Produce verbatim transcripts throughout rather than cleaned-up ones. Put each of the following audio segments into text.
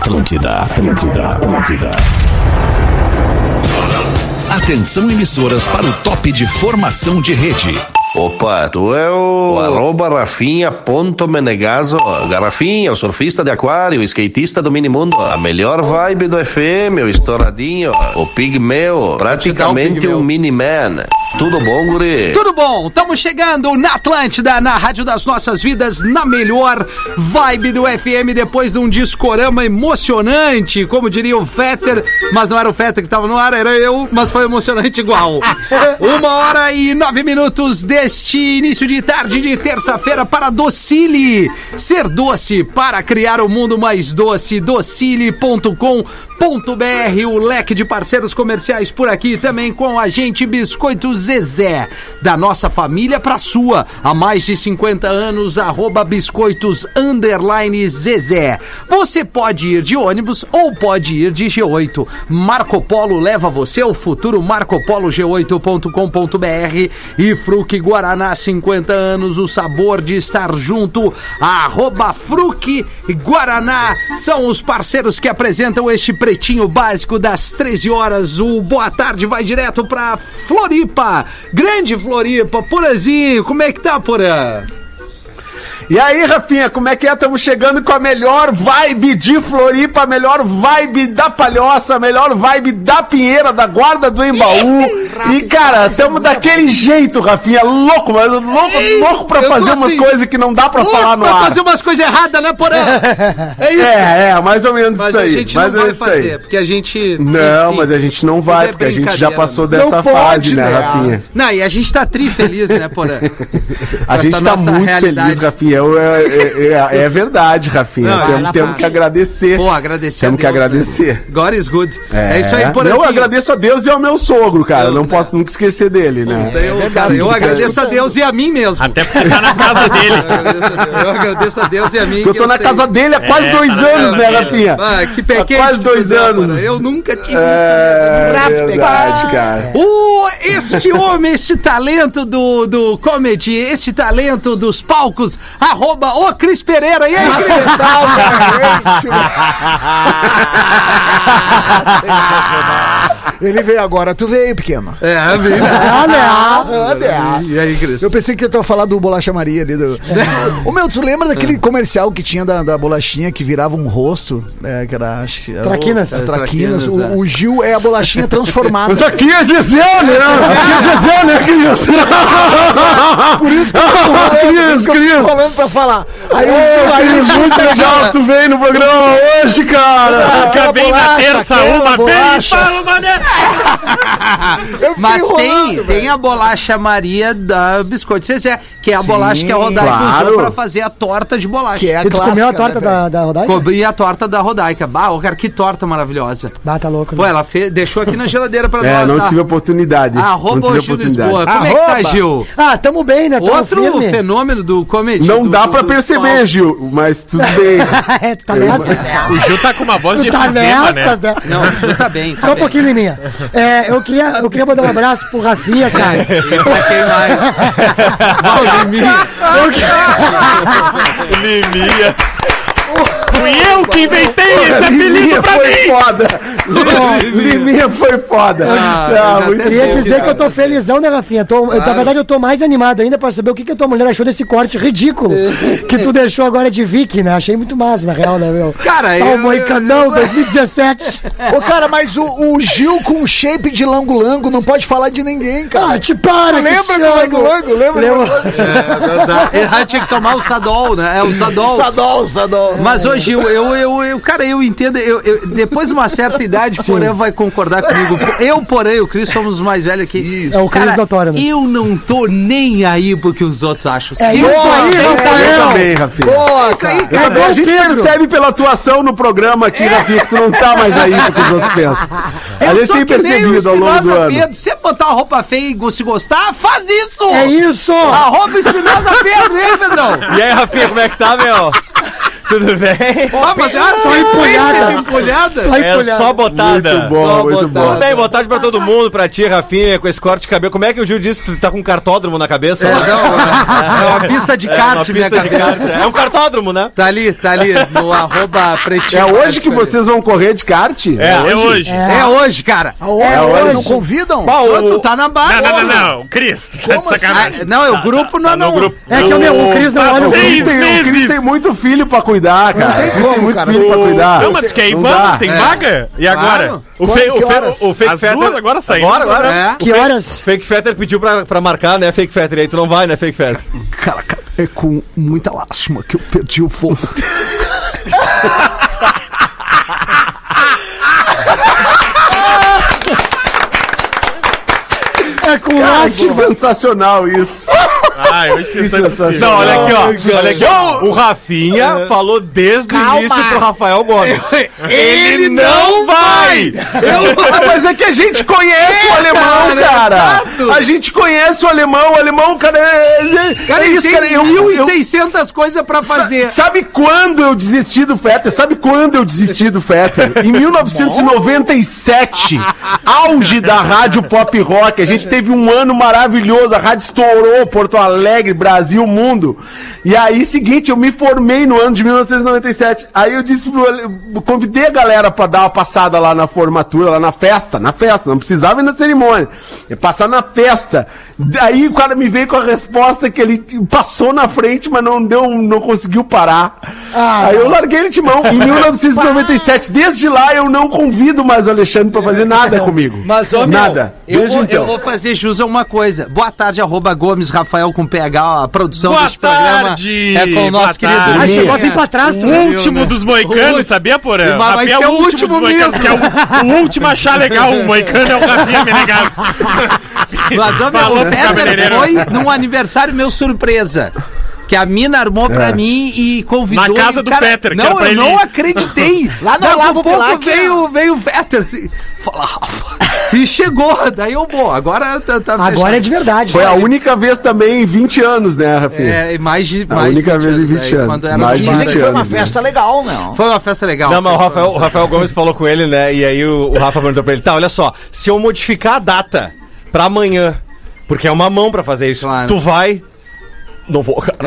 Atlântida, Atlântida, Atlântida. Atenção, emissoras, para o top de formação de rede. Opa, tu é o, o arroba Rafinha ponto Menegaso, Garrafinha, o surfista de aquário, o skatista do minimundo, a melhor vibe do F M, o estouradinho, o pigmeu, praticamente um mini-man. Tudo bom, guri? Tudo bom, estamos chegando na Atlântida, na Rádio das Nossas Vidas, na melhor vibe do F M, depois de um discorama emocionante, como diria o Fetter, mas não era o Fetter que estava no ar, era eu, mas foi emocionante igual. Uma hora e nove minutos deste início de tarde de terça-feira para Docile. Ser doce para criar o mundo mais doce, docile ponto com ponto b r, o leque de parceiros comerciais por aqui, também com a gente Biscoitos Zezé, da nossa família pra sua, há mais de cinquenta anos, arroba biscoitos underline Zezé. Você pode ir de ônibus ou pode ir de G oito. Marco Polo leva você ao futuro, marco polo g oito ponto com ponto b r. E Fruc Guaraná, cinquenta anos, o sabor de estar junto, arroba Fruc Guaraná, são os parceiros que apresentam este Pretinho Básico das treze horas. O boa tarde vai direto pra Floripa, grande Floripa. Porazinho, como é que tá, Porã? E aí, Rafinha, como é que é? Estamos chegando com a melhor vibe de Floripa, a melhor vibe da Palhoça, a melhor vibe da Pinheira, da Guarda do Embaú. E, cara, estamos daquele jeito, Rafinha, louco, mas louco, louco pra fazer umas assim, coisas que não dá pra falar no pra ar. Pra fazer umas coisas erradas, né, Porã? É isso. É, é, mais ou menos mas isso aí. Mas a gente não vai fazer, aí. Porque a gente... Não, enfim, mas a gente não vai, porque a gente já passou dessa fase, né, Rafinha? Não, e a gente tá tri feliz, né, Porã? A gente tá muito realidade. feliz, Rafinha. É, é, é, é verdade, Rafinha. Não, temos, temos que agradecer. Pô, agradecer Temos a Deus, que agradecer. Né? God is good. É, é isso aí, por Eu agradeço a Deus e ao meu sogro, cara. Eu, não né? posso nunca esquecer dele, né? Eu, é cara, eu agradeço a Deus e a mim mesmo. Até porque tá na casa dele. Eu agradeço a Deus e a mim. Eu tô eu na sei. casa dele há quase é, dois tá anos, né, Rafinha? Ah, que pequeno. Há quase dois anos. Cara. Eu nunca tive é, isso. É verdade, cara. O, este homem, este talento do, do comedy, este talento dos palcos, arroba o Cris Pereira. E aí, Cris? Ele veio agora, tu veio, pequeno. É, veio. E aí, Cris? Eu pensei que eu tava falando do Bolacha Maria ali. Do... Ô, meu, tu lembra daquele comercial que tinha da, da bolachinha que virava um rosto? É, que era, acho que... Era, Traquinas. Era, Traquinas. O, o Gil é a bolachinha transformada. Mas aqui é Gisele, né? Aqui é Gisele, né, Cris? Por isso que eu tô falando, Cris, Cris. falando pra falar. Aí, oh, aí muito legal, tu veio no programa hoje, cara. Acabei na terça uma vez, fala, mané. Mas tem, tem a bolacha Maria da Biscoito Zezé, que é a Sim, bolacha que a Rodaica claro. usou pra fazer a torta de bolacha. Que é a e tu comeu a torta né, da, da Rodaica? Comi a torta da Rodaica. Bah, cara, que torta maravilhosa. Bah, tá louco. Pô, né? ela fez, deixou aqui na geladeira pra é, nós. não tive oportunidade. Arroba o Gil Lisboa. Como é que tá, Gil? Ah, tamo bem, né? Tamo Outro firme. fenômeno do comedy. Não do, dá do, pra do perceber, palco. Gil, mas tudo bem. É, tu tá nessa? O Gil tá com uma voz tu de tá fazenda, nessas, né? né? Não, o Gil tá bem. Tá Só um bem. pouquinho, Liminha. É, eu queria, eu queria mandar um abraço pro Rafinha, cara. E pra quem mais? Não, Liminha. Liminha. Fui eu que inventei esse apelido pra foi mim! Foda. Liminha foi foda! Ah, ah, muito queria dizer cara. que eu tô felizão, né, Rafinha? Tô, claro. Na verdade, eu tô mais animado ainda pra saber o que, que a tua mulher achou desse corte ridículo que tu deixou agora de Vicky, né? Achei muito massa, na real, né, meu? Cara, eu... O Moicanão, dois mil e dezessete. Ô, cara, mas o, o Gil com shape de lango-lango não pode falar de ninguém, cara. Ah, te para, lembra do lango-lango? Lembra? Lembra? É verdade. Ele tinha que tomar o Sadol, né? É o Sadol. Sadol, Sadol. Mas hoje, eu, eu, eu, eu, cara, eu entendo, eu, eu, depois de uma certa idade, Porã vai concordar comigo. Eu, Porã e o Cris somos os mais velhos aqui. Isso. É o Cris notório, né? Eu não tô nem aí porque os outros acham. É isso aí, Rafael. Eu também, Rafinha. Boa, isso aí, cara. É, a gente Pedro. percebe pela atuação no programa aqui, é. Rafinha, que tu não tá mais aí porque os outros pensam. Eu a gente tem percebido ao longo do ano. Pedro, se botar uma roupa feia e se gostar, faz isso! É isso! A roupa Espinosa Pedro, hein, Pedrão? E aí, Rafinha, como é que tá, meu? Tudo bem? Ó, mas é uma Só sequência empolhada. de empolhada. Só É empolhada. só botada. Muito bom, Só muito botar. bom. Tudo bem, boa tarde pra todo mundo, pra ti, Rafinha, com esse corte de cabelo. Como é que o Gil disse que tu tá com um cartódromo na cabeça? É, não, é, é uma pista de É, kart, uma minha pista de cabeça. kart. É um cartódromo, né? Tá ali, tá ali, no arroba pretinho. É hoje que básico ali. vocês vão correr de kart? É, É hoje. É hoje, cara. Aonde? É Hoje. hoje. Não convidam? Pô, tu tá na barra. Não, não, não, não. Cris, tá de sacanagem. Ah, não, é o grupo, não, Tá no não. grupo. É que o meu, o Cris não Tá olha o seis Cris. Tem, o Cris meses. tem muito filho pra cuidar, cara. tem Ele tem como, muito cara. filho pra cuidar. Não, mas tu quer ir, Não vamos, dá. tem É. vaga? E agora? Claro. O, Quando- fe, o, que fe, horas? o Fake As Fetter... duas agora saindo. Agora, agora. É. Que horas? Fake Fetter pediu pra, pra marcar, né, Fake Fetter? E aí tu não vai, né, Fake Fetter? Cara, cara, é com muita lástima que eu perdi o fogo. É com Cara, que lástima. sensacional isso. Ai, hoje vocês estão impossível. Não, olha aqui, ó. Olha aqui, ó. O Rafinha falou desde o início pro Rafael Gomes. Ele não vai! Ah, mas é que a gente conhece o alemão, cara, cara. exato. A gente conhece o alemão. O alemão, cara, é, é, Cara, é ele isso, tem cara. Eu, mil e eu- seiscentas coisas pra fazer. Sa- Sabe quando eu desisti do Fetter? Sabe quando eu desisti do Fetter? Em mil novecentos e noventa e sete, auge da rádio pop rock. A gente teve um ano maravilhoso. A rádio estourou, Porto Alegre, Brasil, mundo. E aí, seguinte, eu me formei no ano de mil novecentos e noventa e sete. Aí eu disse pro, eu convidei a galera pra dar uma passada lá na formatura, lá na festa, na festa, não precisava ir na cerimônia. É passar na festa. Aí o cara me veio com a resposta que ele passou na frente, mas não deu, não conseguiu parar. Ah, Aí eu larguei ele de mão. Em mil novecentos e noventa e sete, desde lá eu não convido mais o Alexandre pra fazer nada comigo. Mas, ô, meu, nada. eu Desde vou, então. eu vou fazer jus a uma coisa. Boa tarde, arroba Gomes Rafael com P H, a produção Boa deste programa tarde, é com o boa nosso querido tarde. Ah, chegou a Linha. vir pra trás, tu O viu, último né? dos O moicanos, último. sabia, Porã? Mas vai Rafinha ser é o último dos moicanos, mesmo. que é o, o último a achar legal. O moicano é o Rafinha Menegasso. Mas, ô, meu, Falou o pro Fetter cabeleireiro. foi num aniversário meu surpresa. Que a mina armou pra mim e convidou. Na casa e, do cara, Fetter, que Não, era pra eu ele não ir. acreditei. Lá no Daqui a Olavo pouco Bilac, veio, veio o Fetter. assim, Fala, Rafa. E chegou. Daí eu, bom, agora tá, tá Agora fechado. é de verdade. Foi a única vez também em vinte anos, né, Rafinha? É, mais de A mais de única vez em aí, vinte anos. quando era Mais de mais- Dizem que foi uma anos, né? festa legal, meu. Foi uma festa legal. Não, mas o Rafael, o Rafael Gomes falou com ele, né? E aí o, o Rafa perguntou pra ele, tá, olha só, se eu modificar a data pra amanhã, porque é uma mão pra fazer isso, Claro. tu vai... Não vou, cara.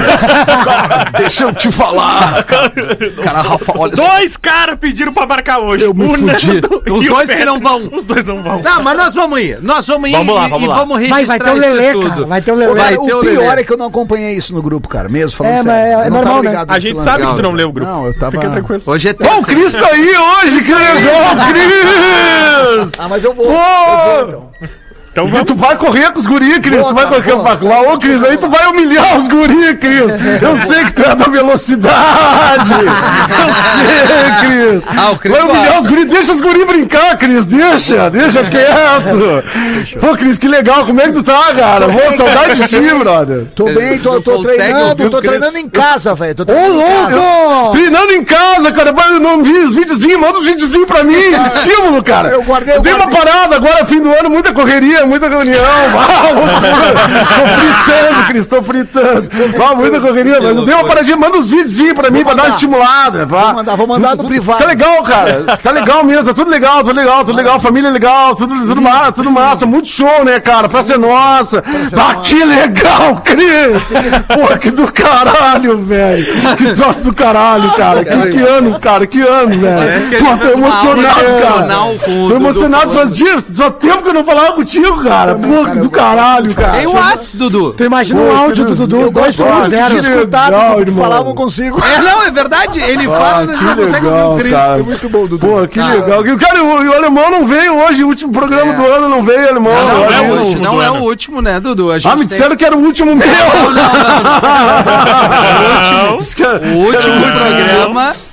Deixa eu te falar. Cara, Rafa, olha só. Dois caras pediram pra marcar hoje. Eu me O fudi. Nando Os e o dois que Fetter. não vão. Os dois não vão. Não, mas nós vamos ir. Nós vamos ir Vamos lá, e, vamos e lá. vamos Vai, registrar vai ter o isso Lelê, tudo. cara. Vai ter o Vai Lelê. Vai o ter o pior Lelê. é que eu não acompanhei isso no grupo, cara, mesmo falando É, sério. mas é- Eu é não normal, tava né? ligado A nesse gente lance. sabe que tu Legal. não leu o grupo. Não, eu tava... Fica tranquilo. Hoje é Pô, o terça. Cris tá aí hoje, que legal, Cris! Ah, mas eu vou. Pô! Eu vou, então. Então E vamos. tu vai correr com os guri, Cris. Vou, Tu vai cara, correr vou. pra lá. Ô, Cris, aí tu vai humilhar os guri, Cris. Eu sei que tu é da velocidade. Eu sei, Cris. Ah, o Cris Vai humilhar gosta. os guri. Deixa os guri brincar, Cris. Deixa, deixa quieto. Pô, Cris, que legal. Como é que tu tá, cara? Pô, saudade de ti, brother. Tô Ele bem, tô, não tô consegue ouvir treinando, o tô Cris. treinando em casa, velho. Tô Ô, treinando em casa. louco! Treinando em casa, cara. Eu não vi os videozinhos. Manda os videozinhos pra mim. Estímulo, cara. Eu guardei, eu Dei uma guardei. parada agora, fim do ano. Muita correria, muita reunião. Uau, tô fritando, Cris. Tô fritando. Uau, muita correria. Mas eu dei uma paradinha. Manda os videozinhos pra mim, pra dar uma estimulada. Vá. Vou mandar, vou mandar no privado. Tá legal, cara. Tá legal mesmo. Tá tudo legal, tudo legal, tudo legal. Família legal, tudo, tudo massa, tudo massa. Muito show, né, cara? Pra ser nossa. Ah, que legal, Cris. Pô, que do caralho, velho. Que troço do caralho, cara. Que, que ano, cara. Que ano, Parece que velho. ele Pô, tô fez uma emocionado, aula cara. emocional com o Tô Dudu emocionado falando. faz dias. Só tempo que eu não falava contigo, cara. Pô, que do caralho, cara. Tem o Whats, Dudu. Tu imagina um áudio do Dudu, dois por um gosto. zero. Que Escutado, legal, porque irmão. falar eu não consigo. É, não, é verdade. Ele fala, Ah, mas que não consegue ouvir legal, o Cris. cara. Muito bom, Dudu. Pô, que legal. E o cara, o, o alemão não veio hoje, o último programa É. do ano não veio, alemão. Não, não, Eu é acho. o último último, não do é ano. o último, né, Dudu? A gente Ah, me tem- disseram que era o último meu. Não, não, não. Isso que é- O último programa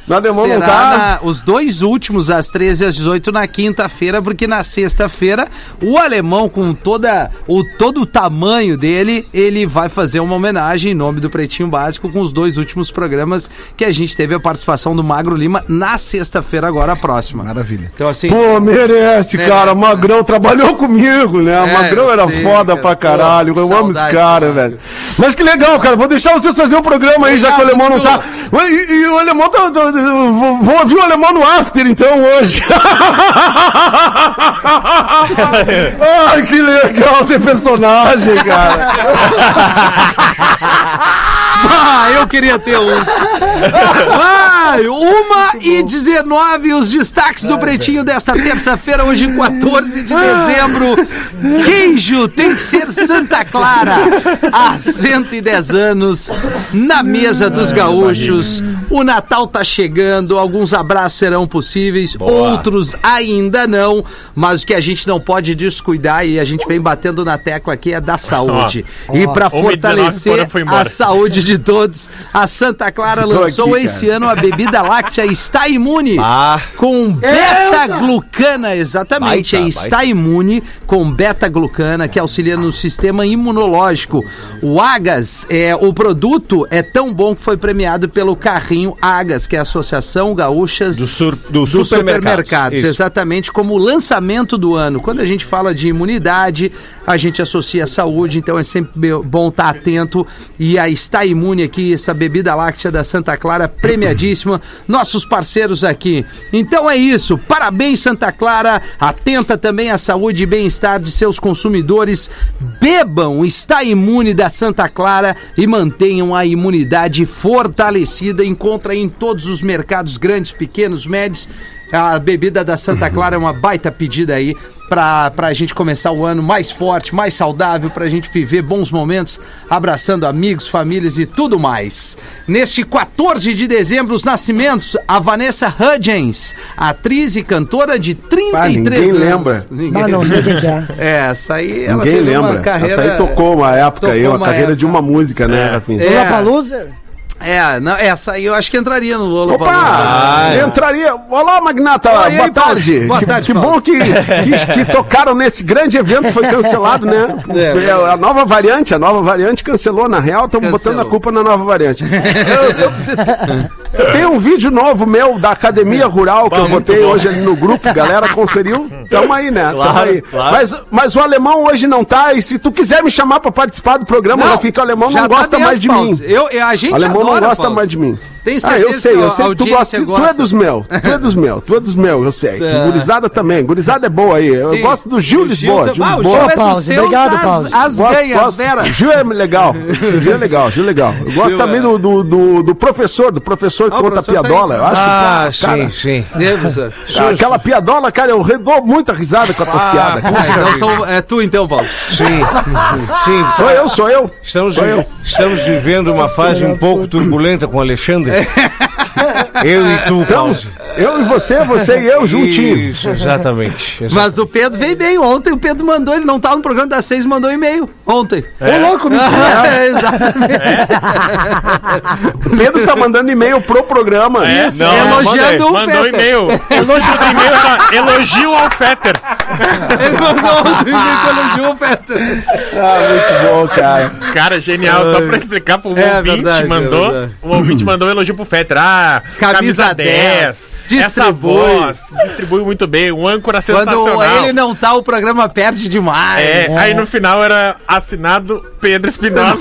No alemão será não tá. na- os dois últimos, às treze e às dezoito, na quinta-feira, porque na sexta-feira, o alemão, com toda, o, todo o tamanho dele, ele vai fazer uma homenagem em nome do Pretinho Básico com os dois últimos programas que a gente teve a participação do Magro Lima na sexta-feira, agora a próxima. Maravilha. Então, assim. Pô, merece, Merece, cara. né? Magrão trabalhou comigo, né? É, Magrão era sim, foda cara. pra caralho. Pô, eu amo esse saudade, cara, cara. velho. Mas que legal, cara. Vou deixar vocês fazer o programa aí, já que o alemão não tá. E, e o alemão tá. tá- vou, vou ouvir o alemão no after, então, hoje. Ai, que legal ter personagem, cara. Ah, eu queria ter um. Ai, uma e dezenove, os destaques do Pretinho desta terça-feira, hoje quatorze de dezembro. Queijo tem que ser Santa Clara. Há cento e dez anos, na mesa dos gaúchos. O Natal tá chegando, alguns abraços serão possíveis, outros ainda não. Mas o que a gente não pode descuidar, e a gente vem batendo na tecla aqui, é da saúde. E pra fortalecer foi embora. a saúde de todos, a Santa Clara lançou aqui, esse ano a bebida láctea Está Imune, Ah. com beta-glucana, exatamente, Baita, é Está Imune com beta-glucana, que auxilia no sistema imunológico. O Agas, é, o produto é tão bom que foi premiado pelo Carrinho Agas, que é a Associação Gaúchas Do sur- do dos supermercados. supermercados, Isso. exatamente, como o lançamento do ano. Quando a gente fala de imunidade, a gente associa a saúde, então é sempre be- bom estar atento. E a Está Imune aqui, essa bebida láctea da Santa Clara, premiadíssima, nossos parceiros aqui. Então é isso, parabéns Santa Clara, atenta também à saúde e bem-estar de seus consumidores. Bebam Está Imune da Santa Clara e mantenham a imunidade fortalecida. Encontra em todos os mercados grandes, pequenos, médios. A bebida da Santa Clara é uma baita pedida aí pra, pra gente começar o ano mais forte, mais saudável, pra gente viver bons momentos, abraçando amigos, famílias e tudo mais. Neste quatorze de dezembro, os nascimentos, a Vanessa Hudgens, atriz e cantora de trinta e três Ah, ninguém anos. lembra. Mas não sei quem que é. É, essa aí ela Ninguém teve uma lembra. carreira... Essa aí tocou uma época aí, tocou uma, uma carreira de época. uma música, né, Rafinha? É. Lollapalooza? É, não, essa aí eu acho que entraria no Lollapalooza. Opa! Ah, é. entraria. Olá, Magnata. Oi, e boa aí, Paulo? tarde. Boa que tarde, que Paulo. bom que, que, que tocaram nesse grande evento, foi cancelado, né? É, É, a nova variante, a nova variante cancelou. Na real, estamos Cancelou. botando a culpa na nova variante. Eu, eu- tem um vídeo novo meu da Academia Rural que eu botei hoje ali no grupo, galera conferiu. Tamo aí, né? Tamo Claro, aí. claro. Mas, mas o alemão hoje não tá. E se tu quiser me chamar pra participar do programa, Rafinha, que o alemão já não tá gosta dentro, mais de Paulo. mim. Eu, eu- a gente O alemão não adora, gosta Paulo. mais de mim. Tem Ah, certeza eu sei, que eu a sei que tu audiência gosta. Tu é gosta. dos meus, tu é dos meus, tu é dos meus, eu sei. Tá. Gurizada também, gurizada é boa aí. Eu Sim. gosto do Gil O Lisboa. Gil- Gil Ah, o Lisboa. Gil é dos Pause, seus, obrigado, as- Pause. As Gosto, ganhas, gosto. Vera. Gil é legal. Gil é legal, Gil é legal. Eu gosto Gil também é. do, do, do, do professor, do professor que Ah, o conta professor tá piadola. aí. Eu acho Ah, que, cara, sim, sim. É, professor. cara, aquela piadola, cara, eu redou muita risada com as tuas piadas. Ah, então são- é tu então, Paulo. Sim, sim. Sou eu, sou eu. Estamos, Sou eu. estamos vivendo uma fase um pouco turbulenta com o Alexandre. Eu e tu, Paulo. Estamos, eu e você, você e eu juntinho. Isso, exatamente. Mas o Pedro veio bem ontem, o Pedro mandou, ele não tava no programa das seis, mandou um e-mail ontem. Ô, louco, mentira. É, exatamente. O Pedro tá mandando e-mail pro programa. É, Isso, não, elogiando mandei. o Mandou Fetter. e-mail. Elogio do e-mail era elogio ao Fetter. Ele mandou um e-mail que elogiou o Fetter. Ah, muito bom, cara. Cara, genial. Só pra explicar pro É ouvinte, verdade, é mandou. verdade. O ouvinte mandou um elogio pro Fetter. Ah, Camisa camisa dez, dez. Essa distribui. voz. Distribui muito bem. Um âncora sensacional. Quando ele não tá, o programa perde demais. É, aí no final era assinado Pedro Espinosa.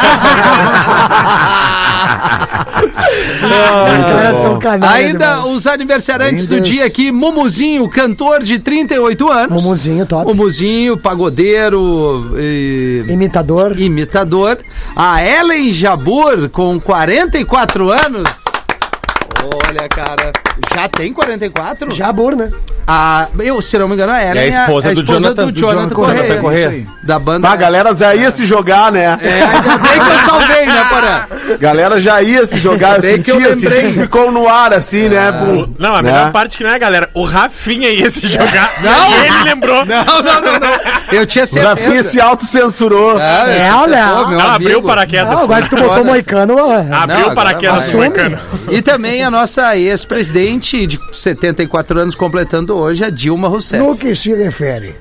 Os caras são canalhas. Ainda demais. os aniversariantes Meu do Deus. dia aqui, Mumuzinho, cantor de trinta e oito anos. Mumuzinho, top. Mumuzinho, pagodeiro e... Imitador. imitador. A Ellen Jabur, com quarenta e quatro anos. Olha, cara, já tem quarenta e quatro? Jabur, né? A, eu, se não me engano, a Ellen é a esposa, é a do, esposa Jonathan, do Jonathan, do Correia. Jonathan Correia. Da banda. A galera já ia se jogar, né? É, ainda bem que eu salvei, né, Porã? Galera já ia se jogar, eu Bem que eu sentia, lembrei. sentia que ficou no ar, assim, né? Pum, Não, a né? melhor parte que não é, galera. O Rafinha ia se jogar. Não. E ele lembrou. Não, não, não, não. Eu tinha O certeza. Rafinha se autocensurou. Ah, eu É, tinha- olha. Pô, meu Ela amigo. abriu o paraquedas. Não, agora que tu botou Agora- moicano, ó. Abriu Não, o agora paraquedas do vai. Moicano. E também a nossa ex-presidente de setenta e quatro anos completando hoje, a Dilma Rousseff. No que se refere?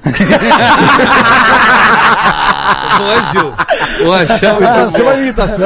Hoje, hoje. Essa é uma imitação?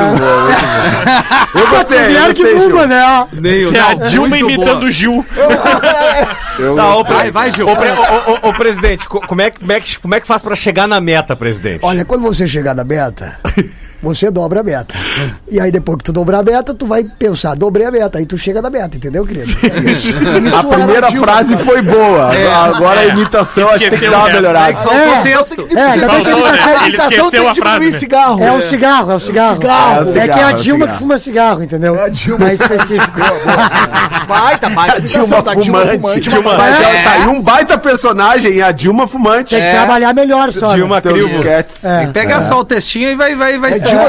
Eu gostei, eu Primeiro gostei, que Gil. Buba, né? Nem Isso é a Dilma imitando o Gil. Eu Tá, ô, gostei. Vai, vai, Gil. Ô, pre- ô, ô, ô, presidente, co- como é, que- como, é que, como é que faz pra chegar na meta, presidente? Olha, quando você chegar na meta, você dobra a meta. E aí depois que tu dobrar a meta, tu vai pensar, dobrei a meta. Aí tu chega na meta, entendeu, querido? É isso. A primeira frase foi boa. Agora a imitação acho que tem que dar uma Esqueceu o melhorada. É que faltou É, texto. É, ainda bem que a Faltou, né? imitação, Ele imitação esqueceu tem a que frase, diminuir né? cigarro. é o cigarro, é o cigarro. Cigarro, É, que é a cigarro, Dilma cigarro. que fuma cigarro, entendeu? É a Dilma. Mais específico. Baita, baita. Dilma imitação da Dilma fumante. fumante. Dilma, mas ela tá aí um baita personagem, a Dilma fumante. Tem que trabalhar melhor só. né? Dilma Teus Crivo. esquetes. É. Pega só o textinho e vai, vai, vai. A Dilma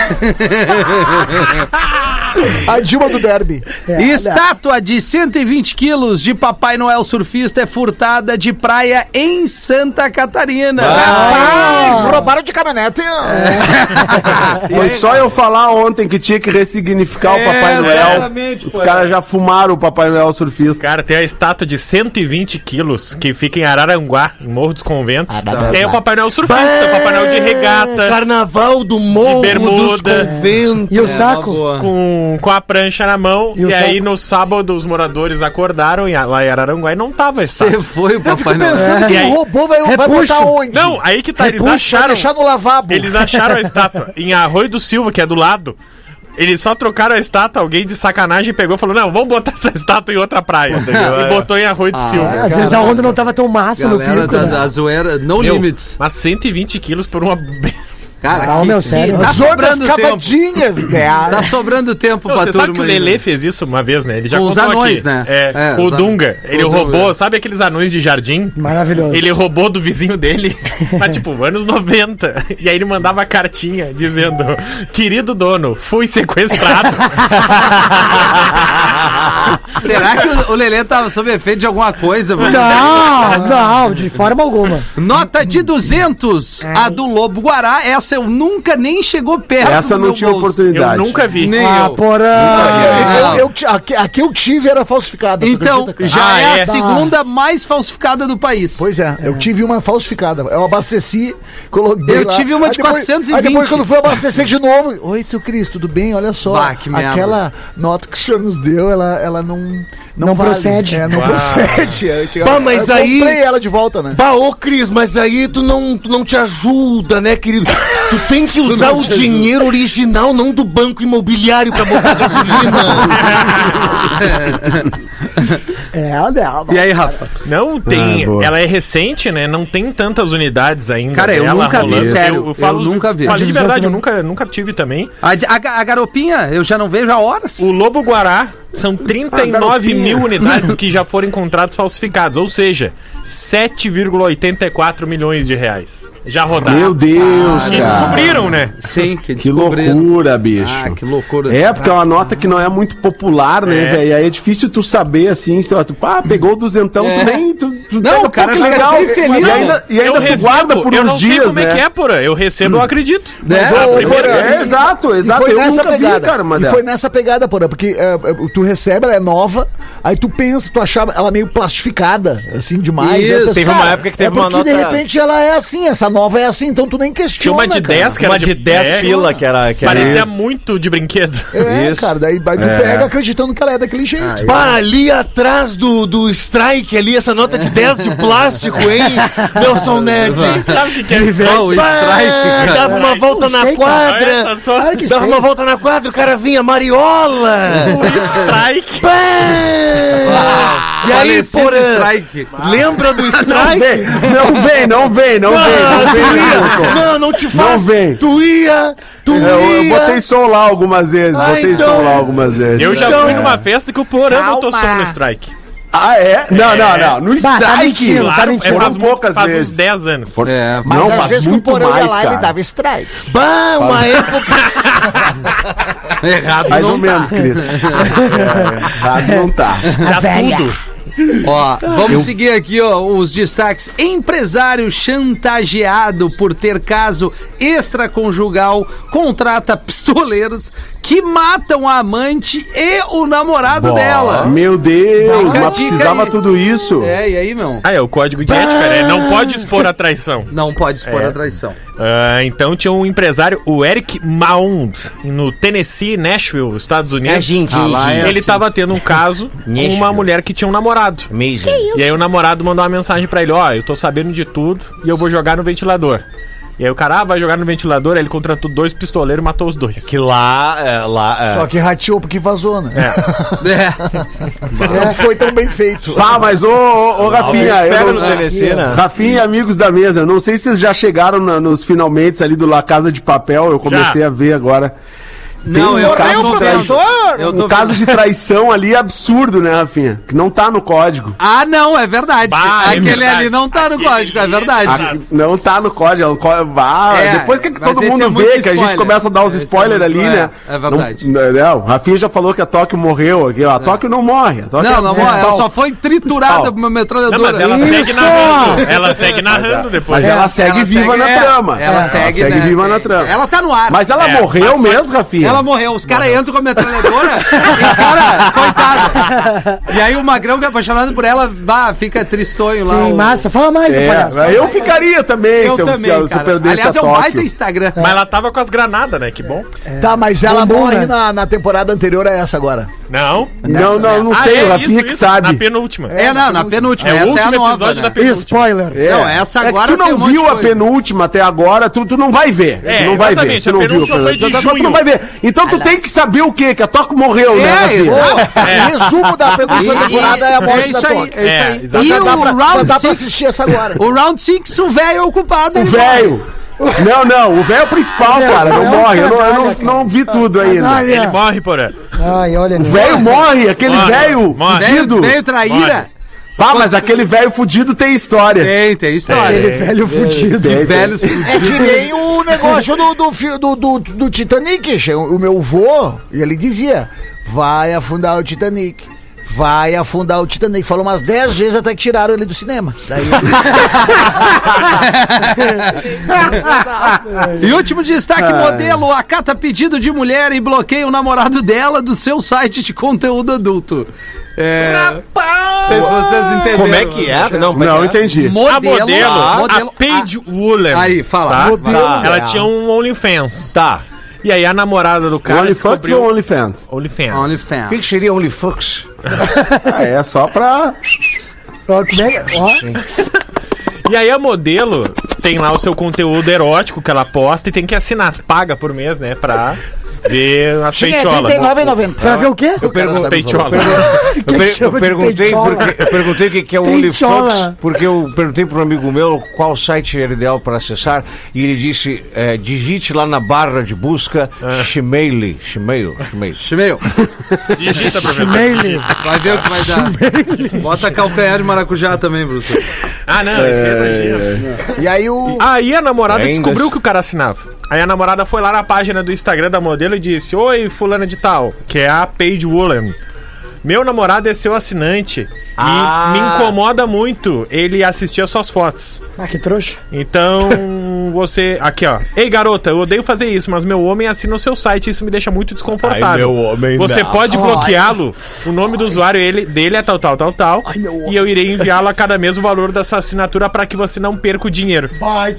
do... a Dilma do derby. É, Estátua de cento e vinte quilos de Papai Noel surfista é furtada de praia em Santa Catarina. Ah, roubaram de caminhonete. Foi só eu falar ontem que tinha que ressignificar o Papai Noel. exatamente, Os pô. caras já fumaram o Papai Noel surfista. Cara, tem a estátua de cento e vinte quilos que fica em Araranguá, em Morro dos Conventos. Tem o Papai Noel surfista, o Papai Noel de regata, Carnaval do Morro de bermuda, Conventos. E o saco? Boa. com, com a prancha na mão. E E, o aí saco? no sábado os moradores acordaram em- lá em Araranguá e não tava a estátua. Você foi o Eu fico Papai Noel. pensando E que aí? o robô vai, vai Repuxo. botar onde? Não, aí que tá, eles Repuxa, vai acharam. deixar no lavabo. Eles acharam a estátua em Arroio do Silva, que é do lado. Eles só trocaram a estátua, alguém de sacanagem pegou e falou: não, vamos botar essa estátua em outra praia. E botou em Arroio do Silva. Às vezes a onda não tava tão massa no Galera pico. da, né? da zoeira, no Meu, limits. Mas cento e vinte quilos por uma. Cara, Não, meu, sério. Tá As outras sobrando tempo. cavadinhas, né? Tá sobrando tempo Não, pra você turma. sabe que o aí, Lelê né? fez isso uma vez, né? Ele já Com os contou anões, aqui. né? É, É, com o os Dunga. anões. Ele O Dunga. roubou, sabe aqueles anões de jardim? Maravilhoso. Ele roubou do vizinho dele, mas tipo, anos noventa. E aí ele mandava cartinha dizendo: querido dono, fui sequestrado. Será que o, o Lelê tava sob efeito de alguma coisa, mano? Não, não, de forma alguma. Nota de duzentos, a do Lobo Guará. Essa eu nunca nem chegou perto Essa do não meu tinha bolso. oportunidade. Eu nunca vi. Nem Ah, eu. porra. Eu, Não. eu, ti- aqui, aqui eu tive era falsificada. tu Então, acredita, cara? já Ah, é, a é? segunda mais falsificada do país. Pois é, eu tive uma falsificada. Eu abasteci, coloquei Eu lá. tive uma Aí de depois- quatrocentos e Aí depois vinte. quando fui abastecer de novo, oi, seu Cris, tudo bem? Olha só, Bah, que merda. aquela nota que o senhor nos deu, ela, ela não... Não procede. É, não Bah. procede. Eu, tinha- Bah, mas eu aí- comprei ela de volta, né? Bah, ô Cris, mas aí tu não, tu não te ajuda, né, querido? Tu tem que usar o dinheiro original, não do banco imobiliário pra botar gasolina. É, não. E aí, Rafa? Não tem. Ah, boa. Ela é recente, né? Não tem tantas unidades ainda. Cara, eu dela nunca vi, rolando. sério. Eu nunca vi. Falei de verdade, eu Não. nunca, nunca tive também. A, a, a garopinha, eu já não vejo há horas. O Lobo Guará são trinta e nove garotinha. mil unidades que já foram encontradas falsificadas, ou seja, sete vírgula oitenta e quatro milhões de reais. Já rodaram. Meu Deus, Que cara. descobriram, né? Sim, que Que descobriram. loucura, bicho. Ah, que loucura. É, porque é uma nota que não é muito popular, né, É. velho? E aí é difícil tu saber, assim, se tu, tu pá, pegou o duzentão, É. tu nem... Tu, tu Não, pega, o cara pô, que fica legal. bem feliz. E ainda, e ainda tu guarda por eu uns não dias, sei como né? é que é, porra. Eu recebo, eu acredito. Né? Mas, ah, Ô, primeiro- Porã, É, exato, E exato. foi Eu nessa nunca pegada. vi, cara, uma e dessas. foi nessa pegada, porra, porque é, é, tu recebe, ela é nova, aí tu pensa, tu achava ela meio plastificada, assim, demais. Isso. aí tu pensa, Teve uma cara, época que teve é uma porque nota- de repente ela é assim, essa nova é assim, então tu nem Tinha questiona, uma de cara. dez que era Uma de dez é, pila, que era... Que era Parecia isso. muito de brinquedo. É, Isso. cara, daí, aí tu É. pega acreditando que ela é daquele jeito. Bah, ali atrás do, do strike, ali, essa nota de dez de plástico, hein, Nelson Ned? Sabe o que, que é isso? Ó, o Bah, strike, cara. dava uma volta Não na sei, cara. quadra, Olha só. Claro que dava sei. uma volta na quadra, o cara vinha, Mariola! Strike. Bah! E aí, Falecido porra, strike. lembra do Não strike? vem, não vem, não vem, não vem, não tu vem. ia, não, não te faz. vem. Tu ia, tu Eu, eu ia. botei som lá algumas vezes, Ah, botei então- som lá algumas vezes. Eu já Então- fui numa festa que o Porã botou som no strike. Ah, é? Não, não, não. No Bah, tá strike. mentindo, tá Claro, mentindo. é, faz, Foram poucas faz vezes. uns dez anos. É, Mas Não, às faz vezes que o muito Porão ia mais, lá, ele cara. dava strike. Bah, uma época. errado Mais não ou tá. menos, Cris. É, errado não tá. Já tudo. Ó, vamos seguir aqui, ó, os destaques. Empresário chantageado por ter caso extraconjugal contrata pistoleiros que matam a amante e o namorado dela. Meu Deus, Fica a mas dica precisava aí. tudo isso. É, e aí, meu? Ah, é o código de ética, né? Não pode expor a traição. Não pode expor É. a traição. Ah, então tinha um empresário, o Eric Maund, no Tennessee, Nashville, Estados Unidos. É, gente, Ah, lá é Ele assim. tava tendo um caso com uma mulher que tinha um namorado. Mesmo. E aí o namorado mandou uma mensagem pra ele, ó, eu tô sabendo de tudo e eu vou jogar no ventilador. E aí o cara, ah, vai jogar no ventilador, aí ele contratou dois pistoleiros e matou os dois. Que lá, é, lá, é. Só que rateou porque vazou, né? É. Não foi tão bem feito. Ah, mas ô, ô, ô Rafinha, Pega eu no não, Tennessee, né? Rafinha e amigos da mesa, eu não sei se vocês já chegaram na- nos finalmente ali do La Casa de Papel, eu comecei Já. a ver agora. Não, um eu, caso eu tô de vendo. traição. Eu tô Um caso vendo. de traição ali absurdo, né, Rafinha? Que não tá no código. Ah, não, é verdade. Bah, é Aquele verdade. ali não tá no Aquele código, é ali é verdade. Exato. Não tá no código. é um có- Ah, É, depois que mas todo esse mundo é muito vê, que a gente spoiler. começa a dar os Esse é spoilers muito- ali, é, né? é verdade. Não, não, a Rafinha já falou que a Tóquio morreu aqui, ó. A Tóquio não morre. A Tóquio Não, é não, cristal. ela só foi triturada Cristal. por uma Não, mas metralhadora. ela segue Isso! narrando. Ela segue narrando depois. Mas ela segue Ela viva segue- na é, trama. Ela segue, segue né, viva tem- na trama. Ela tá no ar. Mas ela É, morreu mas só- mesmo, Rafinha? Ela morreu, os caras entram com a metralhadora e, cara, coitada. E aí o Magrão, que é apaixonado por ela, bah, fica tristonho lá. Sim, o- massa. Fala mais, ô palhaço. É, eu ficaria também, Eu se eu, também, se eu, se eu cara. perdesse Aliás, a é um Tóquio. baita Instagram. Mas ela tava com as granadas, né? Que bom. Tá, mas ela Bumbum, morre né? na, na temporada anterior a essa agora. Não. Não, não, não Ah, sei, é, o Rafinha isso, que isso, sabe. Na penúltima. É, não, na penúltima. É o essa é a último nova, episódio né? da penúltima. Spoiler. É. Não, essa É que agora tu tem não um monte viu de a coisa. penúltima até agora, tu, tu não vai ver. É, tu não vai ver. exatamente, Tu a não viu penúltima foi de penúltima, tu junho. não vai ver. Então tu tem que saber o quê? Que a Tóquio morreu, né, É, Rafinha? exato. Resumo da penúltima E- temporada é a morte é isso da aí, Tóquio. é isso É, aí. exato. E Já dá o pra, já Round dá pra six, assistir essa agora. o Round six, o velho ocupado. O ele morre. velho. Não, não, o velho é o principal, cara. Não é um morre. Eu não, eu não, canalha, cara. não vi tudo ainda. Canalha. Ele morre, porra. Ai, olha. O velho morre, aquele Morre, velho morre. Velho, fudido. velho traíra. Ah, mas aquele velho fudido tem história. Tem, tem história. Aquele velho fudido. Tem, tem. Velhos É que nem o negócio do, do, fi- do, do, do Titanic. Che- O meu vô, ele dizia, vai afundar o Titanic. Vai afundar o Titanic. Falou umas dez vezes até que tiraram ele do cinema. Daí... E último destaque, modelo acata pedido de mulher e bloqueia o namorado dela do seu site de conteúdo adulto. É... Não sei se vocês entenderam. Como é que é? Não, como é Não, que é? entendi. Modelo, A modelo, modelo- a Paige Woolen. Aí, fala. Tá? Modelo, Tá. Ela é. tinha um OnlyFans. Tá. E aí a namorada do cara OnlyFans descobriu... ou OnlyFans? OnlyFans. O OnlyFans. que, que seria OnlyFux? Ah, é só pra... Ó, como é que- ó. E aí a modelo tem lá o seu conteúdo erótico que ela posta e tem que assinar. Paga por mês, né? Pra ver as Sim, é peitolas. trinta e nove reais e noventa Pra ver o quê? Eu perguntei. Peitola. Eu, per- eu chama de perguntei peitola? porque, eu perguntei o que, que é o Peitola. OnlyFans, porque eu perguntei para um amigo meu qual site era ideal para acessar e ele disse, é, digite lá na barra de busca Gmail, Gmail, Gmail. Chimeio, Digita, professor. Meile. vai ver o que vai dar. Bota calcanhar de maracujá também, Bruce. Ah, não, esse é nojento. E aí o... Aí a namorada Ainda- descobriu que o cara assinava. Aí a namorada foi lá na página do Instagram da modelo e disse: Oi, fulana de tal, que é a Paige Woolen. Meu namorado é seu assinante Ah. e me incomoda muito ele assistir as suas fotos. Ah, que trouxa. Então, você... Aqui, ó. Ei, garota, eu odeio fazer isso, mas meu homem assina o seu site e isso me deixa muito desconfortável. Ai, meu homem Você não. pode bloqueá-lo. O nome do usuário ele, dele é tal, tal, tal, tal. E eu irei enviá-lo a cada mês o valor dessa assinatura para que você não perca o dinheiro.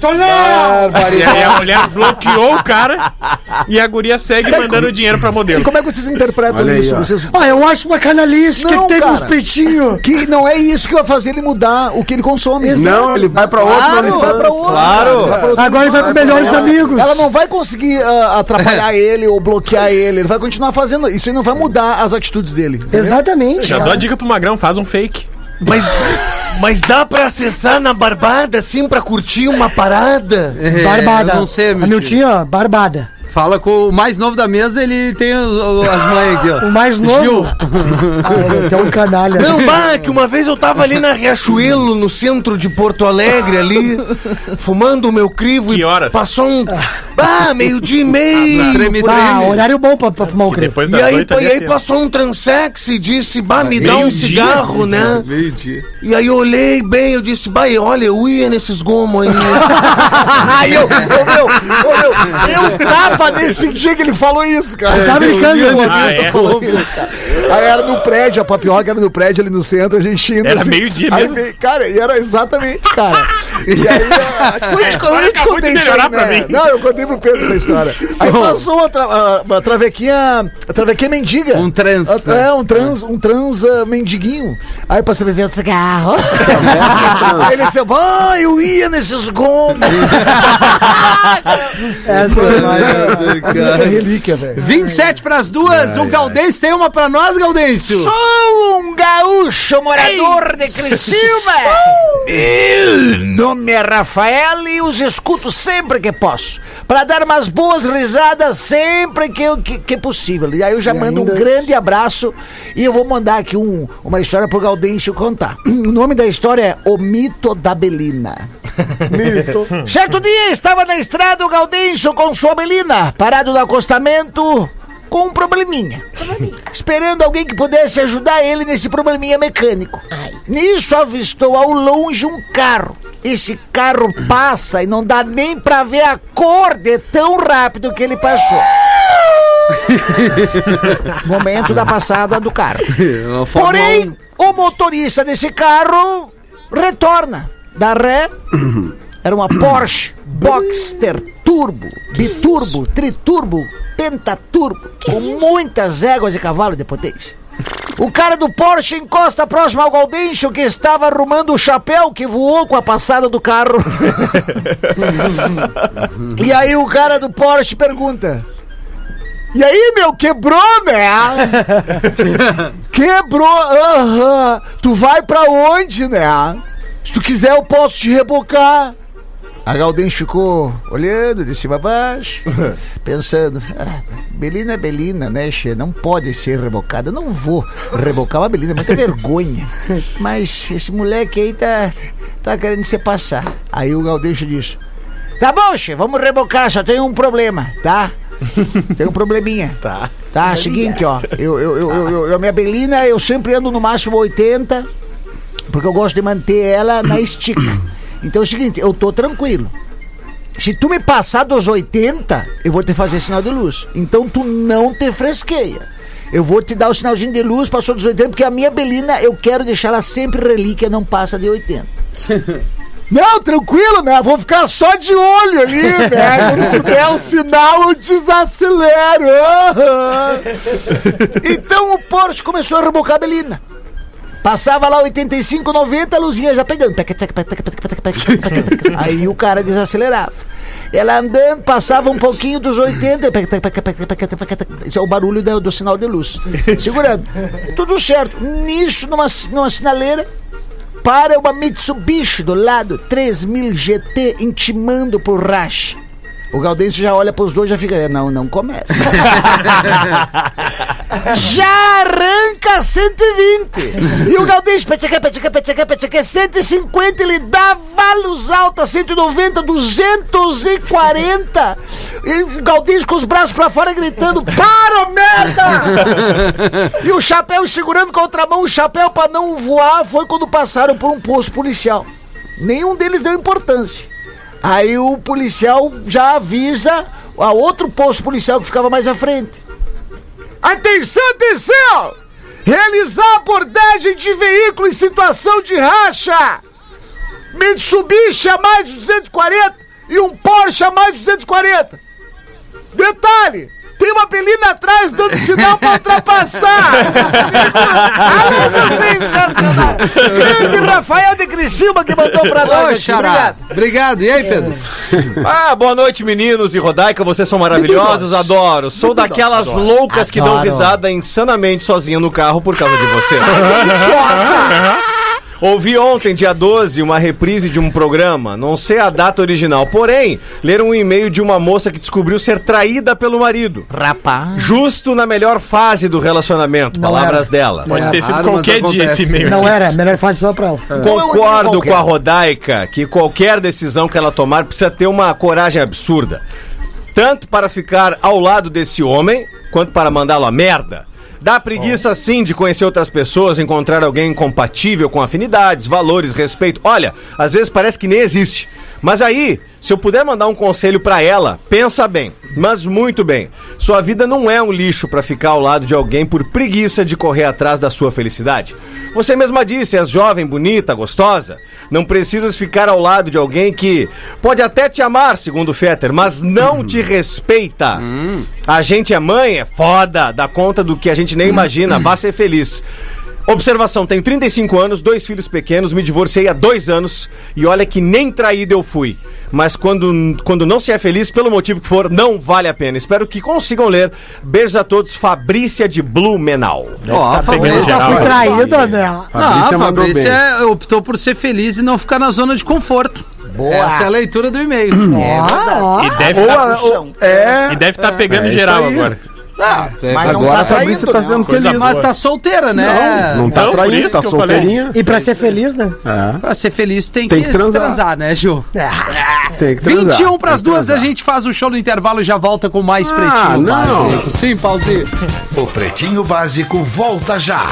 E aí a mulher bloqueou o cara e a guria segue mandando dinheiro pra E modelo. como é que vocês interpretam Olha aí, isso? ó. Vocês... Ah, eu acho uma canalice Não, que tem cara. uns peitinhos. Que não é isso que vai fazer ele mudar o que ele consome. Não, ele vai pra outro Claro, OnlyFans. Vai pra outro, Claro. cara. Vai pra outro. Agora ele vai para melhores Ela- amigos. Ela não vai conseguir ah, atrapalhar ele ou bloquear ele. Ele vai continuar fazendo. Isso aí não vai mudar as atitudes dele. entendeu? Exatamente. Já dou a cara. dica pro Magrão, faz um fake. Mas, mas dá pra acessar na Barbada, assim, pra curtir uma parada? É, Barbada. eu não sei, A Miltinha, ó, barbada. Fala com o mais novo da mesa, ele tem o- o- as mães aqui, ó. O mais novo? Gil. Ah, ele tem um canalha. Não, bah, que uma vez eu tava ali na Riachuelo, no centro de Porto Alegre, ali, fumando o meu crivo Que e horas? passou um... Ah, meio-dia e meio. Treme, por Ah, aí. horário bom pra, pra fumar um crime. Depois E das aí, oito e ali aí assim, ó. passou um transex e disse, bah, me dá um Meio-dia? cigarro, né? Meio-dia. E aí eu olhei bem, eu disse, bah, olha, eu ia nesses gomos aí. Aí eu, ô meu, ô meu, eu tava nesse dia que ele falou isso, cara. Tá brincando, né? Ah, é? Falou isso, cara. Aí era no prédio, a Papioca era no prédio ali no centro, a gente indo Era assim. meio-dia Aí mesmo. veio- Cara, e era exatamente, cara. E aí, eu, eu, te- eu agora te acabou contei de isso aí, melhorar pra né? mim. Não, eu contei pro Pedro essa história. Aí passou uma, tra uma- uma travequinha, a travequinha mendiga. Um trans, Ah, né? É, um trans, um trans ah, mendiguinho. Aí passou bebendo cigarro. Aí ele disse, ah, eu ia nesses gomos. Essa é mais, né? Muita relíquia, velho. vinte e sete pras duas, o Gaudêncio tem uma pra nós, Gaudêncio? Sou um gaúcho morador de Criciúma. Meu nome é Rafael e os escuto sempre que posso. Pra dar umas boas risadas sempre que, eu, que, que possível. E aí eu já E mando ainda- um grande abraço e eu vou mandar aqui um, uma história pro Gaudêncio contar. O nome da história é O Mito da Belina. Mito. Certo dia estava na estrada o Gaudêncio com sua Belina, parado no acostamento com um probleminha. Esperando alguém que pudesse ajudar ele nesse probleminha mecânico. Nisso avistou ao longe um carro. Esse carro passa e não dá nem pra ver a cor de tão rápido que ele passou. Momento da passada do carro. Porém, o motorista desse carro retorna. Da ré, era uma Porsche Boxster Turbo, Biturbo, Triturbo, Pentaturbo, com muitas éguas e cavalos de potência. O cara do Porsche encosta próximo ao Gaudêncio, que estava arrumando o chapéu que voou com a passada do carro. E aí o cara do Porsche pergunta: e aí, meu, quebrou, né? Quebrou, aham. Tu vai pra onde, né? Se tu quiser, eu posso te rebocar. A Gaudêncio ficou olhando de cima a baixo, pensando, ah, Belina é Belina, né, che? Não pode ser rebocada. Eu não vou rebocar uma Belina, é muita vergonha. Mas esse moleque aí tá, tá querendo se passar. Aí o Gaudêncio disse: tá bom, che, vamos rebocar, só tem um problema, tá? Tem um probleminha. Tá. Tá, seguinte, ó. Eu, eu, eu, eu, eu, a minha Belina, eu sempre ando no máximo oitenta, porque eu gosto de manter ela na estica. Então é o seguinte, eu tô tranquilo. Se tu me passar dos oitenta, eu vou te fazer sinal de luz. Então tu não te fresqueia. Eu vou te dar o sinalzinho de luz, passou dos oitenta, porque a minha Belina, eu quero deixar ela sempre relíquia, não passa de oitenta. Não, tranquilo, né? Vou ficar só de olho ali, né? Quando tu der o sinal, eu desacelero. Então o Porsche começou a rebocar a Belina. Passava lá oitenta e cinco, noventa, a luzinha já pegando. Aí o cara desacelerava. Ela andando, passava um pouquinho dos oitenta. Esse é o barulho do, do sinal de luz. Segurando. Tudo certo. Nisso, numa, numa sinaleira, para uma Mitsubishi do lado, três mil G T, intimando por racha. O Gaudêncio já olha pros dois e já fica, não, não começa. Já arranca cento e vinte. E o Gaudêncio, peteca, peteca, peteca, peteca, cento e cinquenta, ele dá valos altas, cento e noventa, duzentos e quarenta. E o Gaudêncio com os braços pra fora gritando, para, merda! E o chapéu segurando com a outra mão o chapéu pra não voar, foi quando passaram por um posto policial. Nenhum deles deu importância. Aí o policial já avisa a outro posto policial que ficava mais à frente. Atenção, atenção! Realizar abordagem de veículo em situação de racha. Mitsubishi a mais de duzentos e quarenta e um Porsche a mais de duzentos e quarenta. Detalhe, tem uma Belina atrás dando sinal pra ultrapassar. Alô, vocês, sensacional. Grande Rafael de Criciúma que mandou pra nós. Ô, Xará. Obrigado. E aí, Pedro? Ah, boa noite, meninos e Rodaica, vocês são maravilhosos, adoro. Sou daquelas loucas que dão risada insanamente sozinha no carro por causa de vocês. Ouvi ontem, dia doze, uma reprise de um programa, não sei a data original, porém, leram um e-mail de uma moça que descobriu ser traída pelo marido. Rapaz. Justo na melhor fase do relacionamento, Não palavras era. dela. Pode ter sido raro, mas qualquer dia acontece. esse e-mail. Não era, melhor fácil só pra ela. Concordo Qualquer. com a Rodaica que qualquer decisão que ela tomar precisa ter uma coragem absurda. Tanto para ficar ao lado desse homem, quanto para mandá-lo a merda. Dá preguiça, sim, de conhecer outras pessoas, encontrar alguém compatível com afinidades, valores, respeito. Olha, às vezes parece que nem existe. Mas aí, se eu puder mandar um conselho pra ela, pensa bem, mas muito bem. Sua vida não é um lixo pra ficar ao lado de alguém por preguiça de correr atrás da sua felicidade. Você mesma disse, és jovem, bonita, gostosa. Não precisas ficar ao lado de alguém que pode até te amar, segundo o Fetter, mas não te respeita. A gente é mãe, é foda, dá conta do que a gente nem imagina, vá ser feliz. Observação, tenho trinta e cinco anos, dois filhos pequenos, me divorciei há dois anos e olha que nem traído eu fui. Mas quando, quando não se é feliz, pelo motivo que for, não vale a pena. Espero que consigam ler. Beijos a todos, Fabrícia de Blumenau. Ó, a Fabrícia Já fui traída, né? Não, a Fabrícia mandou Fabrícia optou por ser feliz e não ficar na zona de conforto. Boa. Essa é a leitura do e-mail. Ó, E deve Ou estar a- ou- é, e deve tá pegando É, geral isso aí. agora. Ah, é, Mas não agora tá a Fabrícia traindo, tá né? sendo Coisa feliz. mas tá solteira, né? Não, não tá Então, por traindo, isso tá que eu falei. solteirinha. E pra ser feliz, né? É, Pra ser feliz tem, Tem que, que transar. transar. né, Gil? tem que transar. vinte e um pras tem que duas, a transar. gente faz o show do intervalo e já volta com mais Ah, Pretinho não. Básico. Sim, Paulinho. O Pretinho Básico volta já.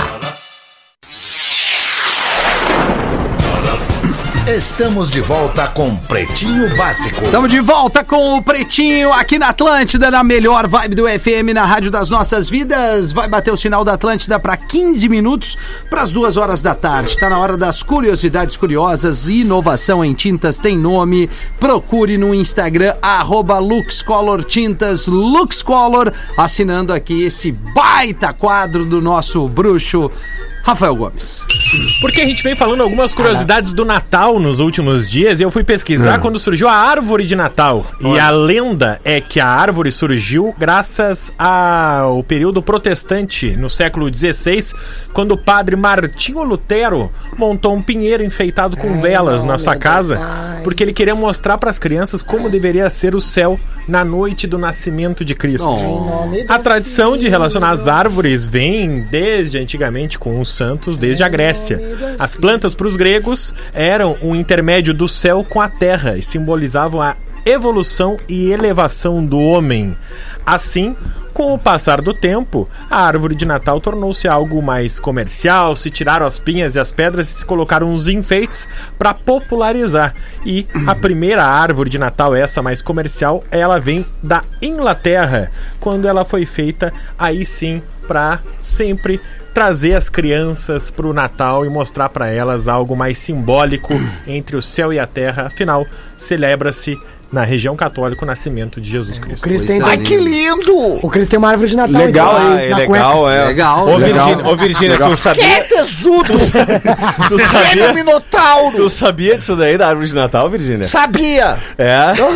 Estamos de volta com Pretinho Básico. Estamos de volta com o Pretinho aqui na Atlântida, na melhor vibe do F M, na Rádio das Nossas Vidas. Vai bater o sinal da Atlântida para quinze minutos para as duas horas da tarde. Está na hora das curiosidades curiosas. Inovação em tintas tem nome. Procure no Instagram, arroba LuxColor Tintas, LuxColor, assinando aqui esse baita quadro do nosso bruxo Rafael Gomes. Porque a gente vem falando algumas curiosidades do Natal nos últimos dias e eu fui pesquisar quando surgiu a árvore de Natal. E a lenda é que a árvore surgiu graças ao período protestante, no século dezesseis, quando o padre Martinho Lutero montou um pinheiro enfeitado com velas na sua casa, porque ele queria mostrar para as crianças como deveria ser o céu na noite do nascimento de Cristo. A tradição de relacionar as árvores vem desde antigamente com os santos, desde a Grécia. As plantas para os gregos eram um intermédio do céu com a terra e simbolizavam a evolução e elevação do homem. Assim, com o passar do tempo, a árvore de Natal tornou-se algo mais comercial, se tiraram as pinhas e as pedras e se colocaram uns enfeites para popularizar. E a primeira árvore de Natal, essa mais comercial, ela vem da Inglaterra, quando ela foi feita aí sim para sempre trazer as crianças para o Natal e mostrar para elas algo mais simbólico entre o céu e a terra. Afinal, celebra-se na região católica o nascimento de Jesus Cristo. O Cris tem, Ai, que lindo! o Cris tem uma árvore de Natal. Legal, então, hein? na é cueca. legal, é. Legal, Ô, legal. Virgínia, ô, Virgínia, tu Que sabia, tesudo! tu Que sabia, minotauro! tu sabia disso daí da árvore de Natal, Virgínia? Sabia! É?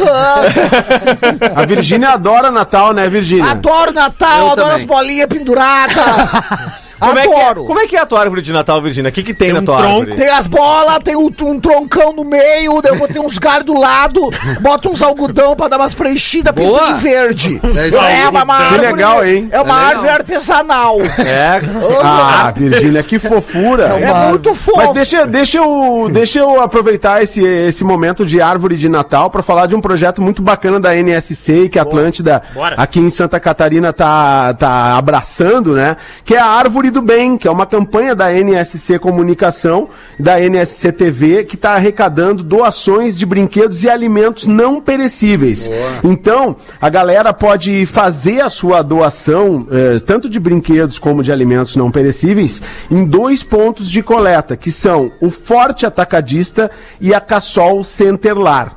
Aham. A Virgínia adora Natal, né, Virgínia? Adoro Natal, Eu adoro também. as bolinhas penduradas! Como é, que é, Adoro! como é que é a tua árvore de Natal, Virgínia? O que que tem, Tem na um tua tronco. árvore? Tem as bolas, tem um, um troncão no meio, daí eu botei uns galhos do lado, boto uns algodão pra dar umas preenchidas, pinto Boa. de verde. isso É aí. uma, uma Que árvore, legal, hein? É uma É legal. árvore artesanal. É, Ah, Virgínia, que fofura. É muito fofo. Mas deixa, deixa, eu, deixa eu aproveitar esse, esse momento de árvore de Natal para falar de um projeto muito bacana da N S C que a Atlântida Bora. aqui em Santa Catarina tá, tá abraçando, né? Que é a Árvore do Bem, que é uma campanha da N S C Comunicação, da N S C T V, que está arrecadando doações de brinquedos e alimentos não perecíveis. Então, a galera pode fazer a sua doação, eh, tanto de brinquedos como de alimentos não perecíveis, em dois pontos de coleta, que são o Forte Atacadista e a Cassol Centerlar.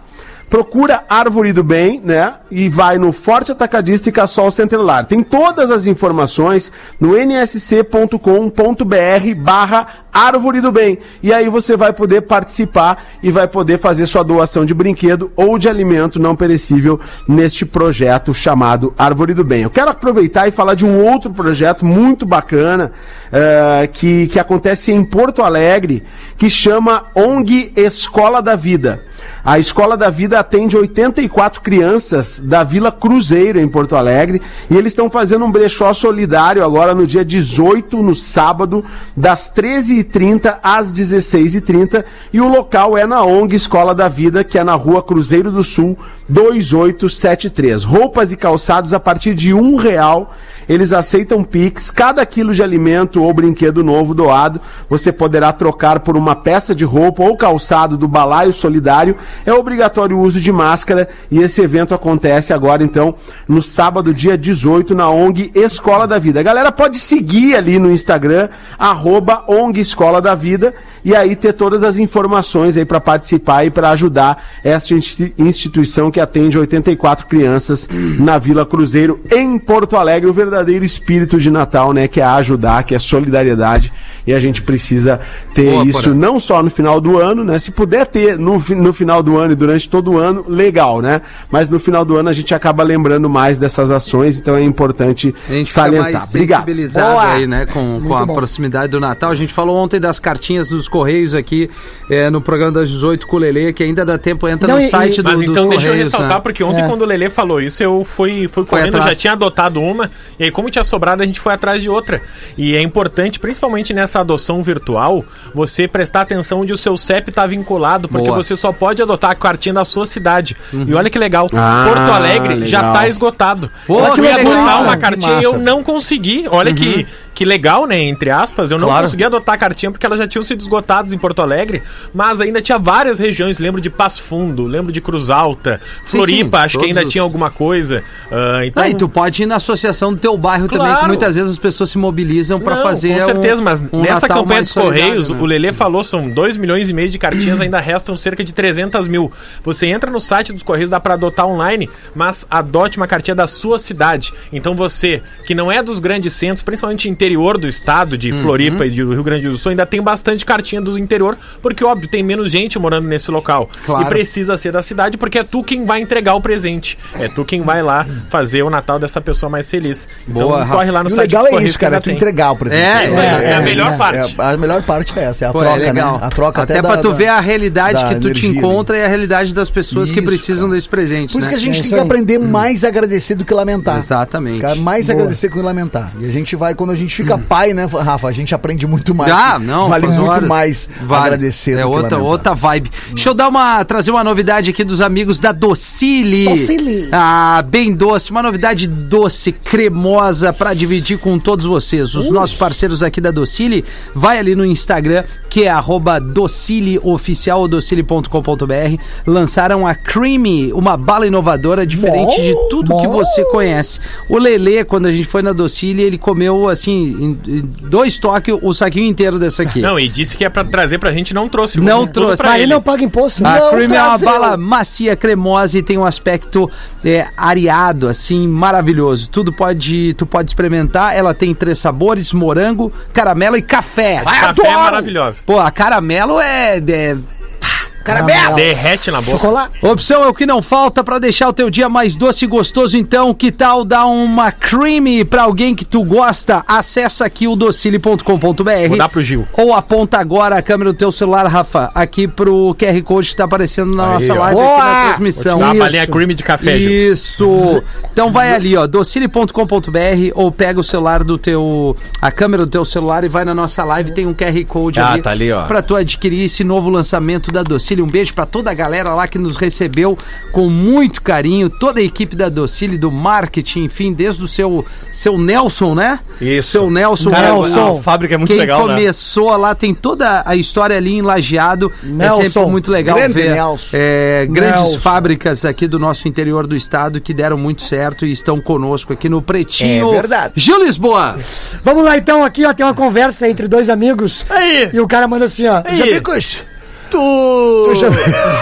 procura Árvore do Bem, né? E vai no Forte Atacadista e Cassol Centelar. Tem todas as informações no n s c ponto com ponto b r barra Árvore do Bem. E aí você vai poder participar e vai poder fazer sua doação de brinquedo ou de alimento não perecível neste projeto chamado Árvore do Bem. Eu quero aproveitar e falar de um outro projeto muito bacana uh, que, que acontece em Porto Alegre, que chama O N G Escola da Vida. A Escola da Vida atende oitenta e quatro crianças da Vila Cruzeiro, em Porto Alegre, e eles estão fazendo um brechó solidário agora no dia dezoito, no sábado, das treze e trinta às dezesseis e trinta, e o local é na O N G Escola da Vida, que é na rua Cruzeiro do Sul, dois oito sete três. Roupas e calçados a partir de um real. Eles aceitam Pix. Cada quilo de alimento ou brinquedo novo doado, você poderá trocar por uma peça de roupa ou calçado do Balaio Solidário. É obrigatório o uso de máscara e esse evento acontece agora, então, no sábado, dia dezoito, na O N G Escola da Vida. A galera pode seguir ali no Instagram, arroba O N G Escola da Vida, e aí ter todas as informações aí para participar e para ajudar esta instituição que atende oitenta e quatro crianças na Vila Cruzeiro, em Porto Alegre. O verdadeiro espírito de Natal, né? Que é ajudar, que é solidariedade, e a gente precisa ter Boa, isso porra. não só no final do ano, né? Se puder ter no, no final do ano e durante todo o ano, legal, né? Mas no final do ano a gente acaba lembrando mais dessas ações, então é importante a gente salientar. Mais Obrigado. Sensibilizado aí, né? Com, com a bom. proximidade do Natal. A gente falou ontem das cartinhas dos Correios aqui é, no programa das dezoito com o Lelê, que ainda dá tempo, entra não, no e, site e, do, mas dos então Correios. Deixa eu ressaltar, né? Porque ontem é. quando o Lelê falou isso, eu fui, fui correndo, eu já tinha adotado uma, e aí como tinha sobrado, a gente foi atrás de outra. E é importante, principalmente nessa adoção virtual, você prestar atenção onde o seu C E P está vinculado, porque Boa. você só pode adotar a cartinha da sua cidade. Uhum. E olha que legal, ah, Porto Alegre legal. já está esgotado. Pô, eu fui adotar uma cartinha e eu não consegui. Olha uhum. que... Que legal, né? Entre aspas, eu não claro. consegui adotar a cartinha porque elas já tinham sido esgotadas em Porto Alegre, mas ainda tinha várias regiões. Lembro de Passo Fundo, lembro de Cruz Alta, sim, Floripa, sim, acho que ainda os... tinha alguma coisa. Uh, então... Ah, e tu pode ir na associação do teu bairro claro. também, que muitas vezes as pessoas se mobilizam para fazer. Com certeza, um, mas um nessa Natal campanha dos Correios, né? o Lelê falou, são dois milhões e meio de cartinhas, ainda restam cerca de trezentas mil. Você entra no site dos Correios, dá para adotar online, mas adote uma cartinha da sua cidade. Então você, que não é dos grandes centros, principalmente interior do estado, de Floripa uhum. e do Rio Grande do Sul, ainda tem bastante cartinha do interior, porque, óbvio, tem menos gente morando nesse local. Claro. E precisa ser da cidade, porque é tu quem vai entregar o presente. É tu quem vai lá fazer o Natal dessa pessoa mais feliz. Então, Boa, corre lá no e site do Correio. É isso, cara, é tu tem. entregar o presente. É, é, é, é a melhor é, parte. É, a melhor parte é essa, é a Pô, troca, é legal. né? A troca até, até pra da, tu ver a realidade da que tu energia, te encontra, né? e a realidade das pessoas isso, que precisam cara. desse presente, Por isso né? que a gente é tem que aí. aprender mais a agradecer do que lamentar. Exatamente. Cara, mais Boa. agradecer do que lamentar. E a gente vai, quando a gente fica pai, né, Rafa, a gente aprende muito mais. Ah, não, vale muito horas. mais vale. agradecer. É outra, outra vibe. Deixa eu dar uma, trazer uma novidade aqui dos amigos da Docile. Docile. Ah, bem doce, uma novidade doce, cremosa pra dividir com todos vocês. Os uh. nossos parceiros aqui da Docile, vai ali no Instagram, que é arroba docileoficial ou docile ponto com ponto b r. Lançaram a Creamy, uma bala inovadora diferente bom, de tudo bom. que você conhece. O Lelê, quando a gente foi na Docile, ele comeu assim, em, em dois toques, o saquinho inteiro dessa aqui. Não, e disse que é pra trazer pra gente, não trouxe. Não trouxe. Mas ele não paga imposto. A não Creamy é uma trazeu. bala macia, cremosa e tem um aspecto é, areado, assim, maravilhoso. Tudo pode, tu pode experimentar. Ela tem três sabores, morango, caramelo e café. Vai, café adoro. É maravilhosa. Pô, a caramelo é... é... Caramelo. Derrete na boca. Chocolate. Opção é o que não falta pra deixar o teu dia mais doce e gostoso. Então, que tal dar uma Creamy pra alguém que tu gosta? Acessa aqui o docile ponto com ponto b r. Vou dar pro Gil. Ou aponta agora a câmera do teu celular, Rafa, aqui pro Q R Code que tá aparecendo na Aí, nossa live aqui na transmissão. Vou te dar uma balinha Creamy de café, Gil. Isso. Então vai ali, ó, docile ponto com ponto b r, ou pega o celular do teu, a câmera do teu celular e vai na nossa live, tem um Q R Code ah, ali, tá ali, ó, pra tu adquirir esse novo lançamento da Docile. Um beijo pra toda a galera lá que nos recebeu com muito carinho, toda a equipe da Docile, do marketing, enfim, desde o seu, seu Nelson, né? Isso. Seu Nelson. Cara, Nelson. A fábrica é muito Quem legal, começou né? lá, tem toda a história ali em Lajeado. Nelson. É sempre muito legal Grande ver Nelson. é, grandes Nelson. fábricas aqui do nosso interior do estado que deram muito certo e estão conosco aqui no Pretinho. É verdade. Gil Lisboa. Vamos lá então, aqui ó, tem uma conversa entre dois amigos. Aí. E o cara manda assim, ó. Aí. Já ficou... Tu... tu já...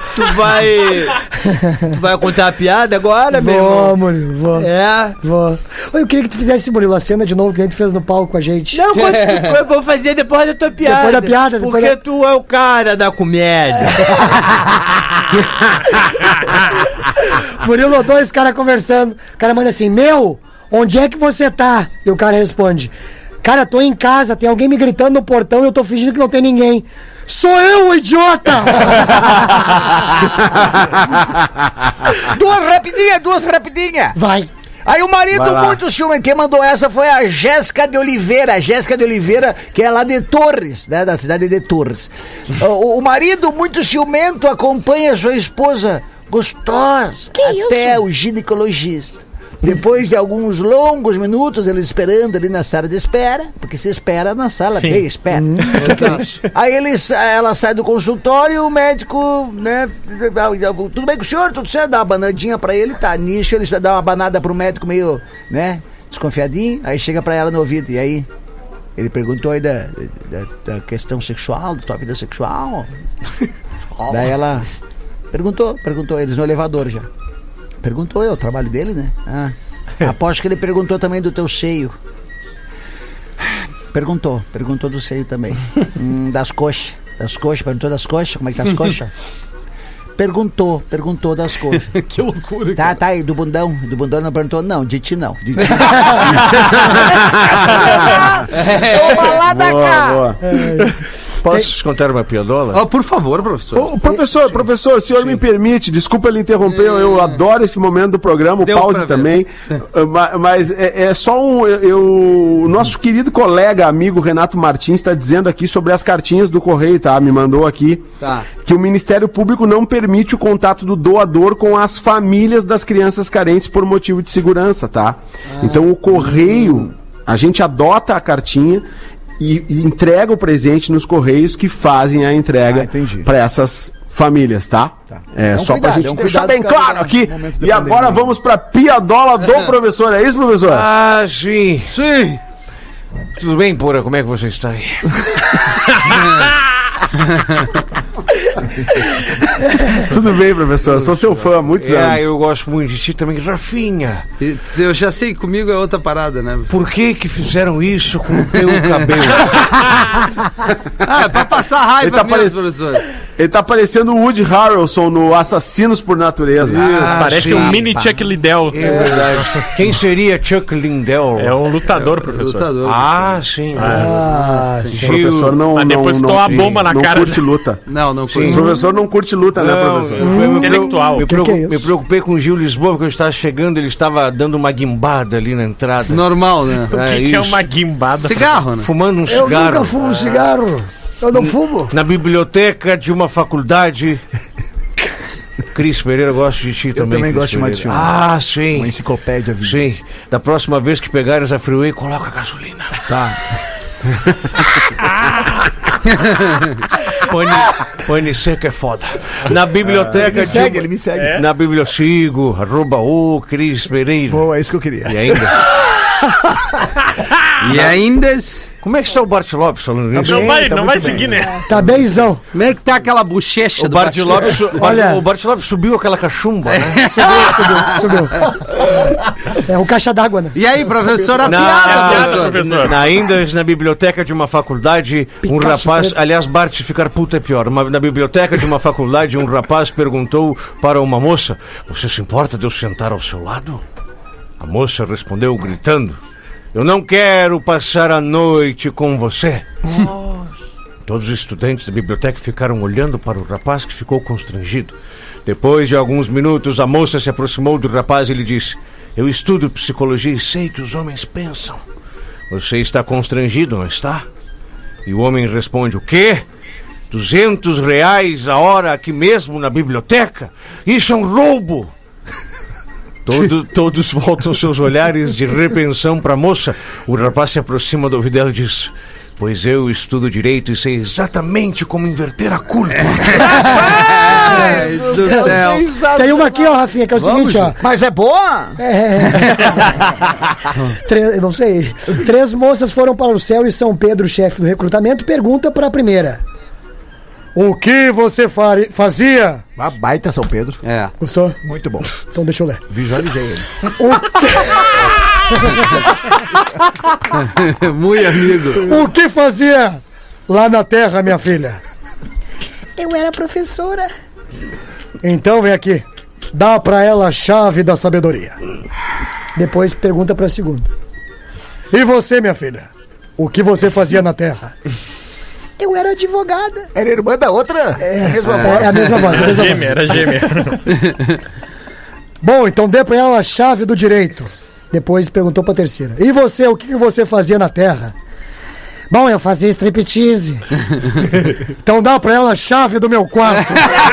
Tu vai. Tu vai contar a piada agora, meu Vou, irmão? Murilo, vou. É. Vou. Eu queria que tu fizesse, Murilo, a cena de novo que a gente fez no palco com a gente. Não, quando tu- eu vou fazer depois da tua piada. Depois da piada, depois Porque da- tu é o cara da comédia. Murilo, dois caras conversando. O cara manda assim: Meu, onde é que você tá? E o cara responde: Cara, tô em casa, tem alguém me gritando no portão e eu tô fingindo que não tem ninguém. Sou eu, idiota! Duas rapidinhas, duas rapidinhas. Vai. Aí o marido Vai lá. muito ciumento, quem mandou essa foi a Jéssica de Oliveira, a Jéssica de Oliveira, que é lá de Torres, né, da cidade de Torres. O, o marido muito ciumento acompanha sua esposa gostosa Que até isso? o ginecologista. Depois de alguns longos minutos, eles esperando ali na sala de espera, porque se espera na sala Sim. de espera. Aí eles, ela sai do consultório e o médico, né, tudo bem com o senhor? Tudo certo? Dá uma banadinha pra ele, tá? Nisso ele dá uma banada pro médico meio, né, desconfiadinho, aí chega pra ela no ouvido, e aí? Ele perguntou aí da, da, da questão sexual, da tua vida sexual. Daí ela perguntou, perguntou, eles no elevador já. Perguntou eu, o trabalho dele, né? Ah, aposto que ele perguntou também do teu seio. Perguntou, perguntou do seio também. Hum, das coxas, das coxas, perguntou das coxas, como é que tá as coxas? Perguntou, perguntou das coxas. Que loucura, Tá, tá, e do bundão? Do bundão não perguntou? Não, de ti não. De ti. Toma lá da Boa, cá! boa. Posso contar uma piadola? Ó, por favor, professor. Ô, professor, professor, o senhor me permite, desculpa ele interromper, eu, eu adoro esse momento do programa, o Deu pause pra também, uh, ma- mas é, é só um, eu, eu- o nosso querido colega, amigo Renato Martins está dizendo aqui sobre as cartinhas do correio, tá? Me mandou aqui, Tá. que o Ministério Público não permite o contato do doador com as famílias das crianças carentes por motivo de segurança, tá? Então o correio, a gente adota a cartinha e, e entrega o presente nos correios que fazem a entrega Ah, entendi. para essas famílias, tá? É, É um só cuidado, pra gente é um deixar cuidado bem por causa claro do aqui. momento de E agora pandemia. vamos pra piadola do professor, é isso, professor? Ah, sim. Sim. Tudo bem, Porã? Como é que você está aí? Tudo bem, professor, sou seu fã há muitos É, anos. eu gosto muito de ti também. Rafinha, Eu já sei, comigo é outra parada, né? por que que fizeram isso com o teu cabelo? Ah, é pra passar Ele raiva tá mesmo, parec- professor. Ele tá parecendo o Woody Harrelson no Assassinos por Natureza. Ah, Parece sim. um mini Chuck Liddell. É verdade. Quem seria Chuck Liddell? É um lutador, professor. Lutador. Ah, sim. Ah, O sim. professor não, Mas não, depois não, toma a não- bomba na não cara, curte né? luta. Não, não O curto. professor não curte luta, né, Não, professor? eu fui- me Intelectual. Me, Que que é preocup- isso? me preocupei com o Gil Lisboa, porque eu estava chegando, ele estava dando uma guimbada ali na entrada. Normal, né? O É que, que é isso. uma guimbada? Cigarro, né? Fumando um Eu cigarro. nunca fumo cigarro. Eu não fumo. Na biblioteca de uma faculdade. Cris Pereira, eu gosto de ti também. também Cris gosto mais de Pereira. senhor. Ah, sim. Uma enciclopédia viva. Sim. Da próxima vez que pegares a freeway, coloca gasolina. Tá. Pane, pane seca é foda. Na biblioteca Ele me de segue, uma- ele me segue. Na biblioteca, sigo, arroba o Cris Pereira. Boa, é isso que eu queria. E ainda? E ainda... Como é que está o Bart Lopes falando nisso? Não bem, vai, tá não muito vai bem. seguir, né? Tá benzão. Como é que tá aquela bochecha O do Bart Bart Lopes, su- Olha- o Bart Lopes subiu aquela cachumba, né? Subiu. É um caixa d'água, né? E aí, professor, a Na- piada, piada, professor. professor. Na, ainda na biblioteca de uma faculdade, um Picasso rapaz, preto. aliás, Bart ficar puto é pior. Uma- na biblioteca de uma faculdade, um rapaz perguntou para uma moça: "Você se importa de eu sentar ao seu lado?" A moça respondeu gritando: "Eu não quero passar a noite com você." Todos os estudantes da biblioteca ficaram olhando para o rapaz, que ficou constrangido. Depois de alguns minutos, a moça se aproximou do rapaz e lhe disse: "Eu estudo psicologia e sei que os homens pensam. Você está constrangido, não está?" E o homem responde: "O quê? Duzentos reais a hora aqui mesmo na biblioteca? Isso é um roubo!" Todo, todos voltam seus olhares de repreensão para a moça. O rapaz se aproxima do ouvido dela e diz: "Pois eu estudo direito e sei exatamente como inverter a culpa." Ai, do céu. Tem uma aqui, ó, Rafinha, que é o seguinte, ó. Mas é boa? Tre- não sei. Três moças foram para o céu e São Pedro, chefe do recrutamento, pergunta para a primeira: O que você fari- fazia? Ah, baita São Pedro. É. Gostou? Muito bom. Então deixa eu ler. Visualizei ele. Muito amigo. O que fazia lá na terra, minha filha? Eu era professora. Então vem aqui. Dá pra ela a chave da sabedoria. Depois pergunta pra segunda. E você, minha filha? O que você fazia na terra? Eu era advogada. Era irmã da outra? É a mesma voz. É a mesma voz. É a mesma Gêmea, voz. era gêmea. Bom, então dê pra ela a chave do direito. Depois perguntou pra terceira. E você, o que que você fazia na terra? Bom, eu fazia striptease. Então dá pra ela a chave do meu quarto.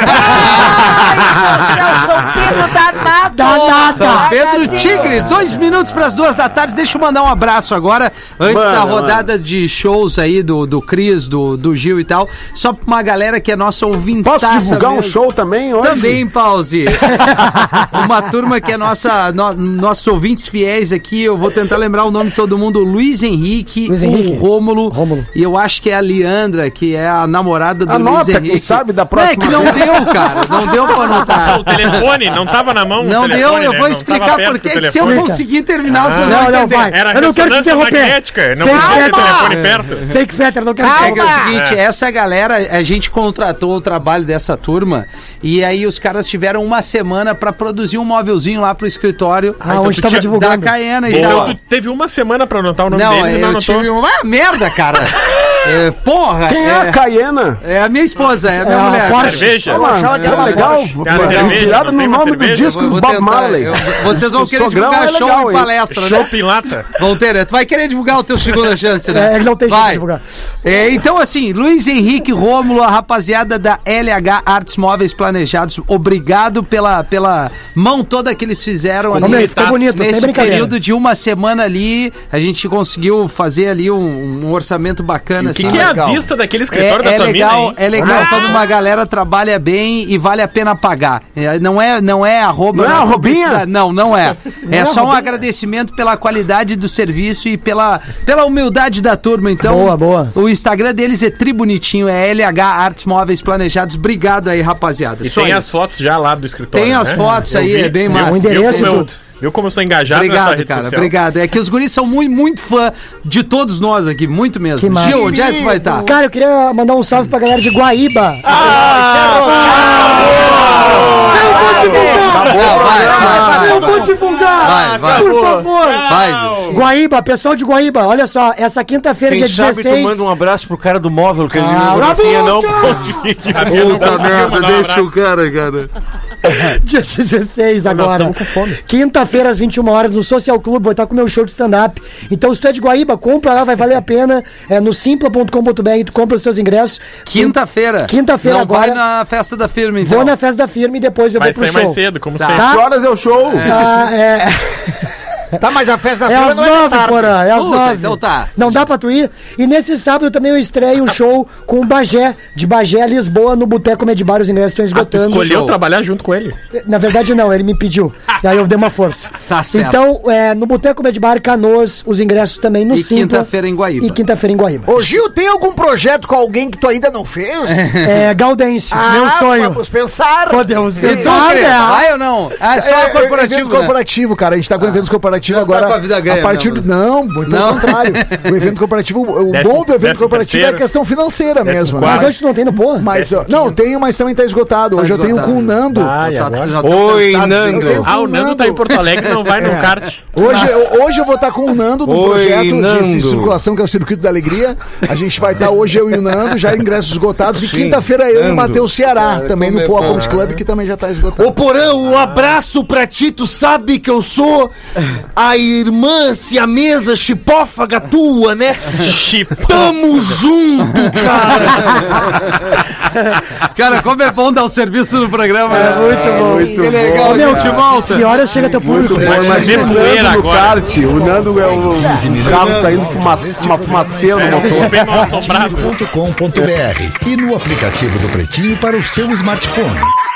São Pedro danado. Danada. Pedro Tigre, dois minutos para as duas da tarde. Deixa eu mandar um abraço agora, antes Mano, da rodada de shows aí do, do Cris, do, do Gil e tal. Só pra uma galera que é nossa ouvintaça. Posso divulgar um mesmo. show também hoje? Também, Pause. Uma turma que é nossa, no, nossos ouvintes fiéis aqui. Eu vou tentar lembrar o nome de todo mundo. Luiz Henrique, Luiz Henrique. o Rômulo, Rômulo. e eu acho que é a Leandra, que é a namorada do Anota, Luiz Henrique. quem sabe, da Não, próxima é que não deu, cara. Não deu pra anotar. O telefone não tava na mão. Não o deu, telefone, eu né? vou Não explicar tava perto porque do se eu telefone. conseguir terminar, vocês Não, vão não, entender. vai. Era Eu não quero te ressonância interromper. magnética. Não Calma. podia ter o telefone perto. Fake Fetter, não quero É que é o interromper. seguinte, essa galera, a gente contratou o trabalho dessa turma e aí os caras tiveram uma semana pra produzir um móvelzinho lá pro escritório Ah, onde tu tava tinha- da divulgando. Caena e Então tal. tu teve uma semana pra anotar o nome Não, deles e não eu anotou. tive uma ah, merda, cara. É, porra, Quem é, é, a Caiena? é a minha esposa, é a minha É a mulher. Porsche. Cerveja? Ah, achava que era é uma legal. Porsche. Tem uma cerveja, Inspirado não no tem uma nome do cerveja? disco Eu do vou Bob tentar, Marley. eu- vocês vão O querer sogrão divulgar é show legal, e hein? palestra, né? Chopp em lata. Vão ter, né? Tu vai querer divulgar o teu segunda chance, né? É, ele não tem chance Vai. de divulgar. É, então, assim, Luiz Henrique, Rômulo, a rapaziada da L H Artes Móveis Planejados, obrigado pela, pela mão toda que eles fizeram Ô, meu, ficou bonito, sem nesse brincadeira. período de uma semana ali. A gente conseguiu fazer ali um, um orçamento bacana. O que, assim. que é a legal. vista daquele É, escritório da é tua legal, mina, hein? é legal quando uma galera trabalha bem e vale a pena pagar. É, não é, não é arroba. Não é na arrobinha? publicidade. Não, não é. É é só um arrobinha? agradecimento pela qualidade do serviço e pela, pela humildade da turma. Então, Boa, boa. o Instagram deles é tri bonitinho, é L H Artes Móveis Planejados. Obrigado aí, rapaziada. E Só tem isso. as fotos já lá do escritório, Tem as né? fotos Eu aí, vi. é bem Viu? massa. O endereço Viu como e eu- tudo. Viu como eu sou engajado na tua Obrigado, rede cara. social? Obrigado. É que os guris são muito, muito fã de todos nós aqui, muito mesmo. Que massa. Gil, onde é que tu vai estar? Cara, eu queria mandar um salve pra galera de Guaíba. Eu vou divulgar! Vai, vai, vai, Eu vou divulgar! Vai, vai. Por favor! Vai, Guaíba, pessoal de Guaíba, olha só, essa quinta-feira, Quem dia sabe dezesseis. tu manda um abraço pro cara do móvel, que ele Ah, o Rafinha não boca! pode vir. Rafinha não conseguiu mandar um abraço. cara, cara. Dia dezesseis agora. tamo com fome. Quinta-feira, às vinte e uma horas, no Social Club, vou estar com o meu show de stand-up. Então, se tu é de Guaíba, compra lá, vai valer a pena. É no simpla ponto com ponto b r, tu compra os seus ingressos. Quinta-feira. Quinta-feira Não agora. vai na festa da firma, então. Vou na festa da firma e depois eu Vai vou pro sair show. mais cedo, como Tá. sempre. Tá? Que horas é o show? Ah, é... Tá, mas a festa da É firma às não é de nove, tarde. Porã, é às Puta, nove. então tá. Não dá pra tu ir? E nesse sábado também eu estreio um show com o Bagé, de Bagé, Lisboa, no Boteco Medibar. Os ingressos estão Ah, tu esgotando. escolheu show. trabalhar junto com ele. Na verdade, não, ele me pediu. E aí eu dei uma força. Tá certo. Então, é, no Boteco Medibar, Canoas, os ingressos também no E Simpla. quinta-feira em Guaíba. E quinta-feira em Guaíba. Ô, Gil, tem algum projeto com alguém que tu ainda não fez? É, Gaudêncio, Ah, meu sonho. Vamos pensar. Podemos E tu, pensar, Cris, né? vai ou não? Ah, é só É, corporativo, evento né? corporativo, cara. A gente tá com eventos corporativos Já tá agora. com a vida ganha a partir mesmo, do. Não, muito pelo Não? contrário. O evento corporativo, o Décimo- bom do evento décimo corporativo é a terceiro. questão financeira Décimo mesmo. quarto. Mas hoje tu não tem no pô? Mas, Décimo não, quinto. tenho, mas também tá esgotado. Tá Hoje eu tenho esgotado. com o Nando. Ah, e Tá- agora? já tá Oi, cansado, Nando. hein? Ah, o Nando tá em Porto Alegre e não vai no kart. Hoje, eu, hoje eu vou estar com o Nando no Oi, projeto de- de, Nando. circulação, que é o Circuito da Alegria. A gente vai estar hoje, eu e o Nando, já ingressos esgotados. E Sim, quinta-feira eu e o Nando. Matheus Ceará, também no como é Poa bom. Comedy Club, que também já tá esgotado. Ô Porão, um abraço pra ti, tu sabe que eu sou a irmã siamesa chipófaga tua, né? Chip. Tamo junto, cara! Cara, como é bom dar o serviço no programa, né? Muito bom. Muito Que legal, Ô, meu, que volta. que horas chega teu público? Vai Mas ver o poeira Nando no agora. kart, o Nando é o carro saindo fumaça, uma fumaceira no motor. Bem mal assombrado. ponto com ponto b r e no aplicativo do Pretinho para o seu smartphone.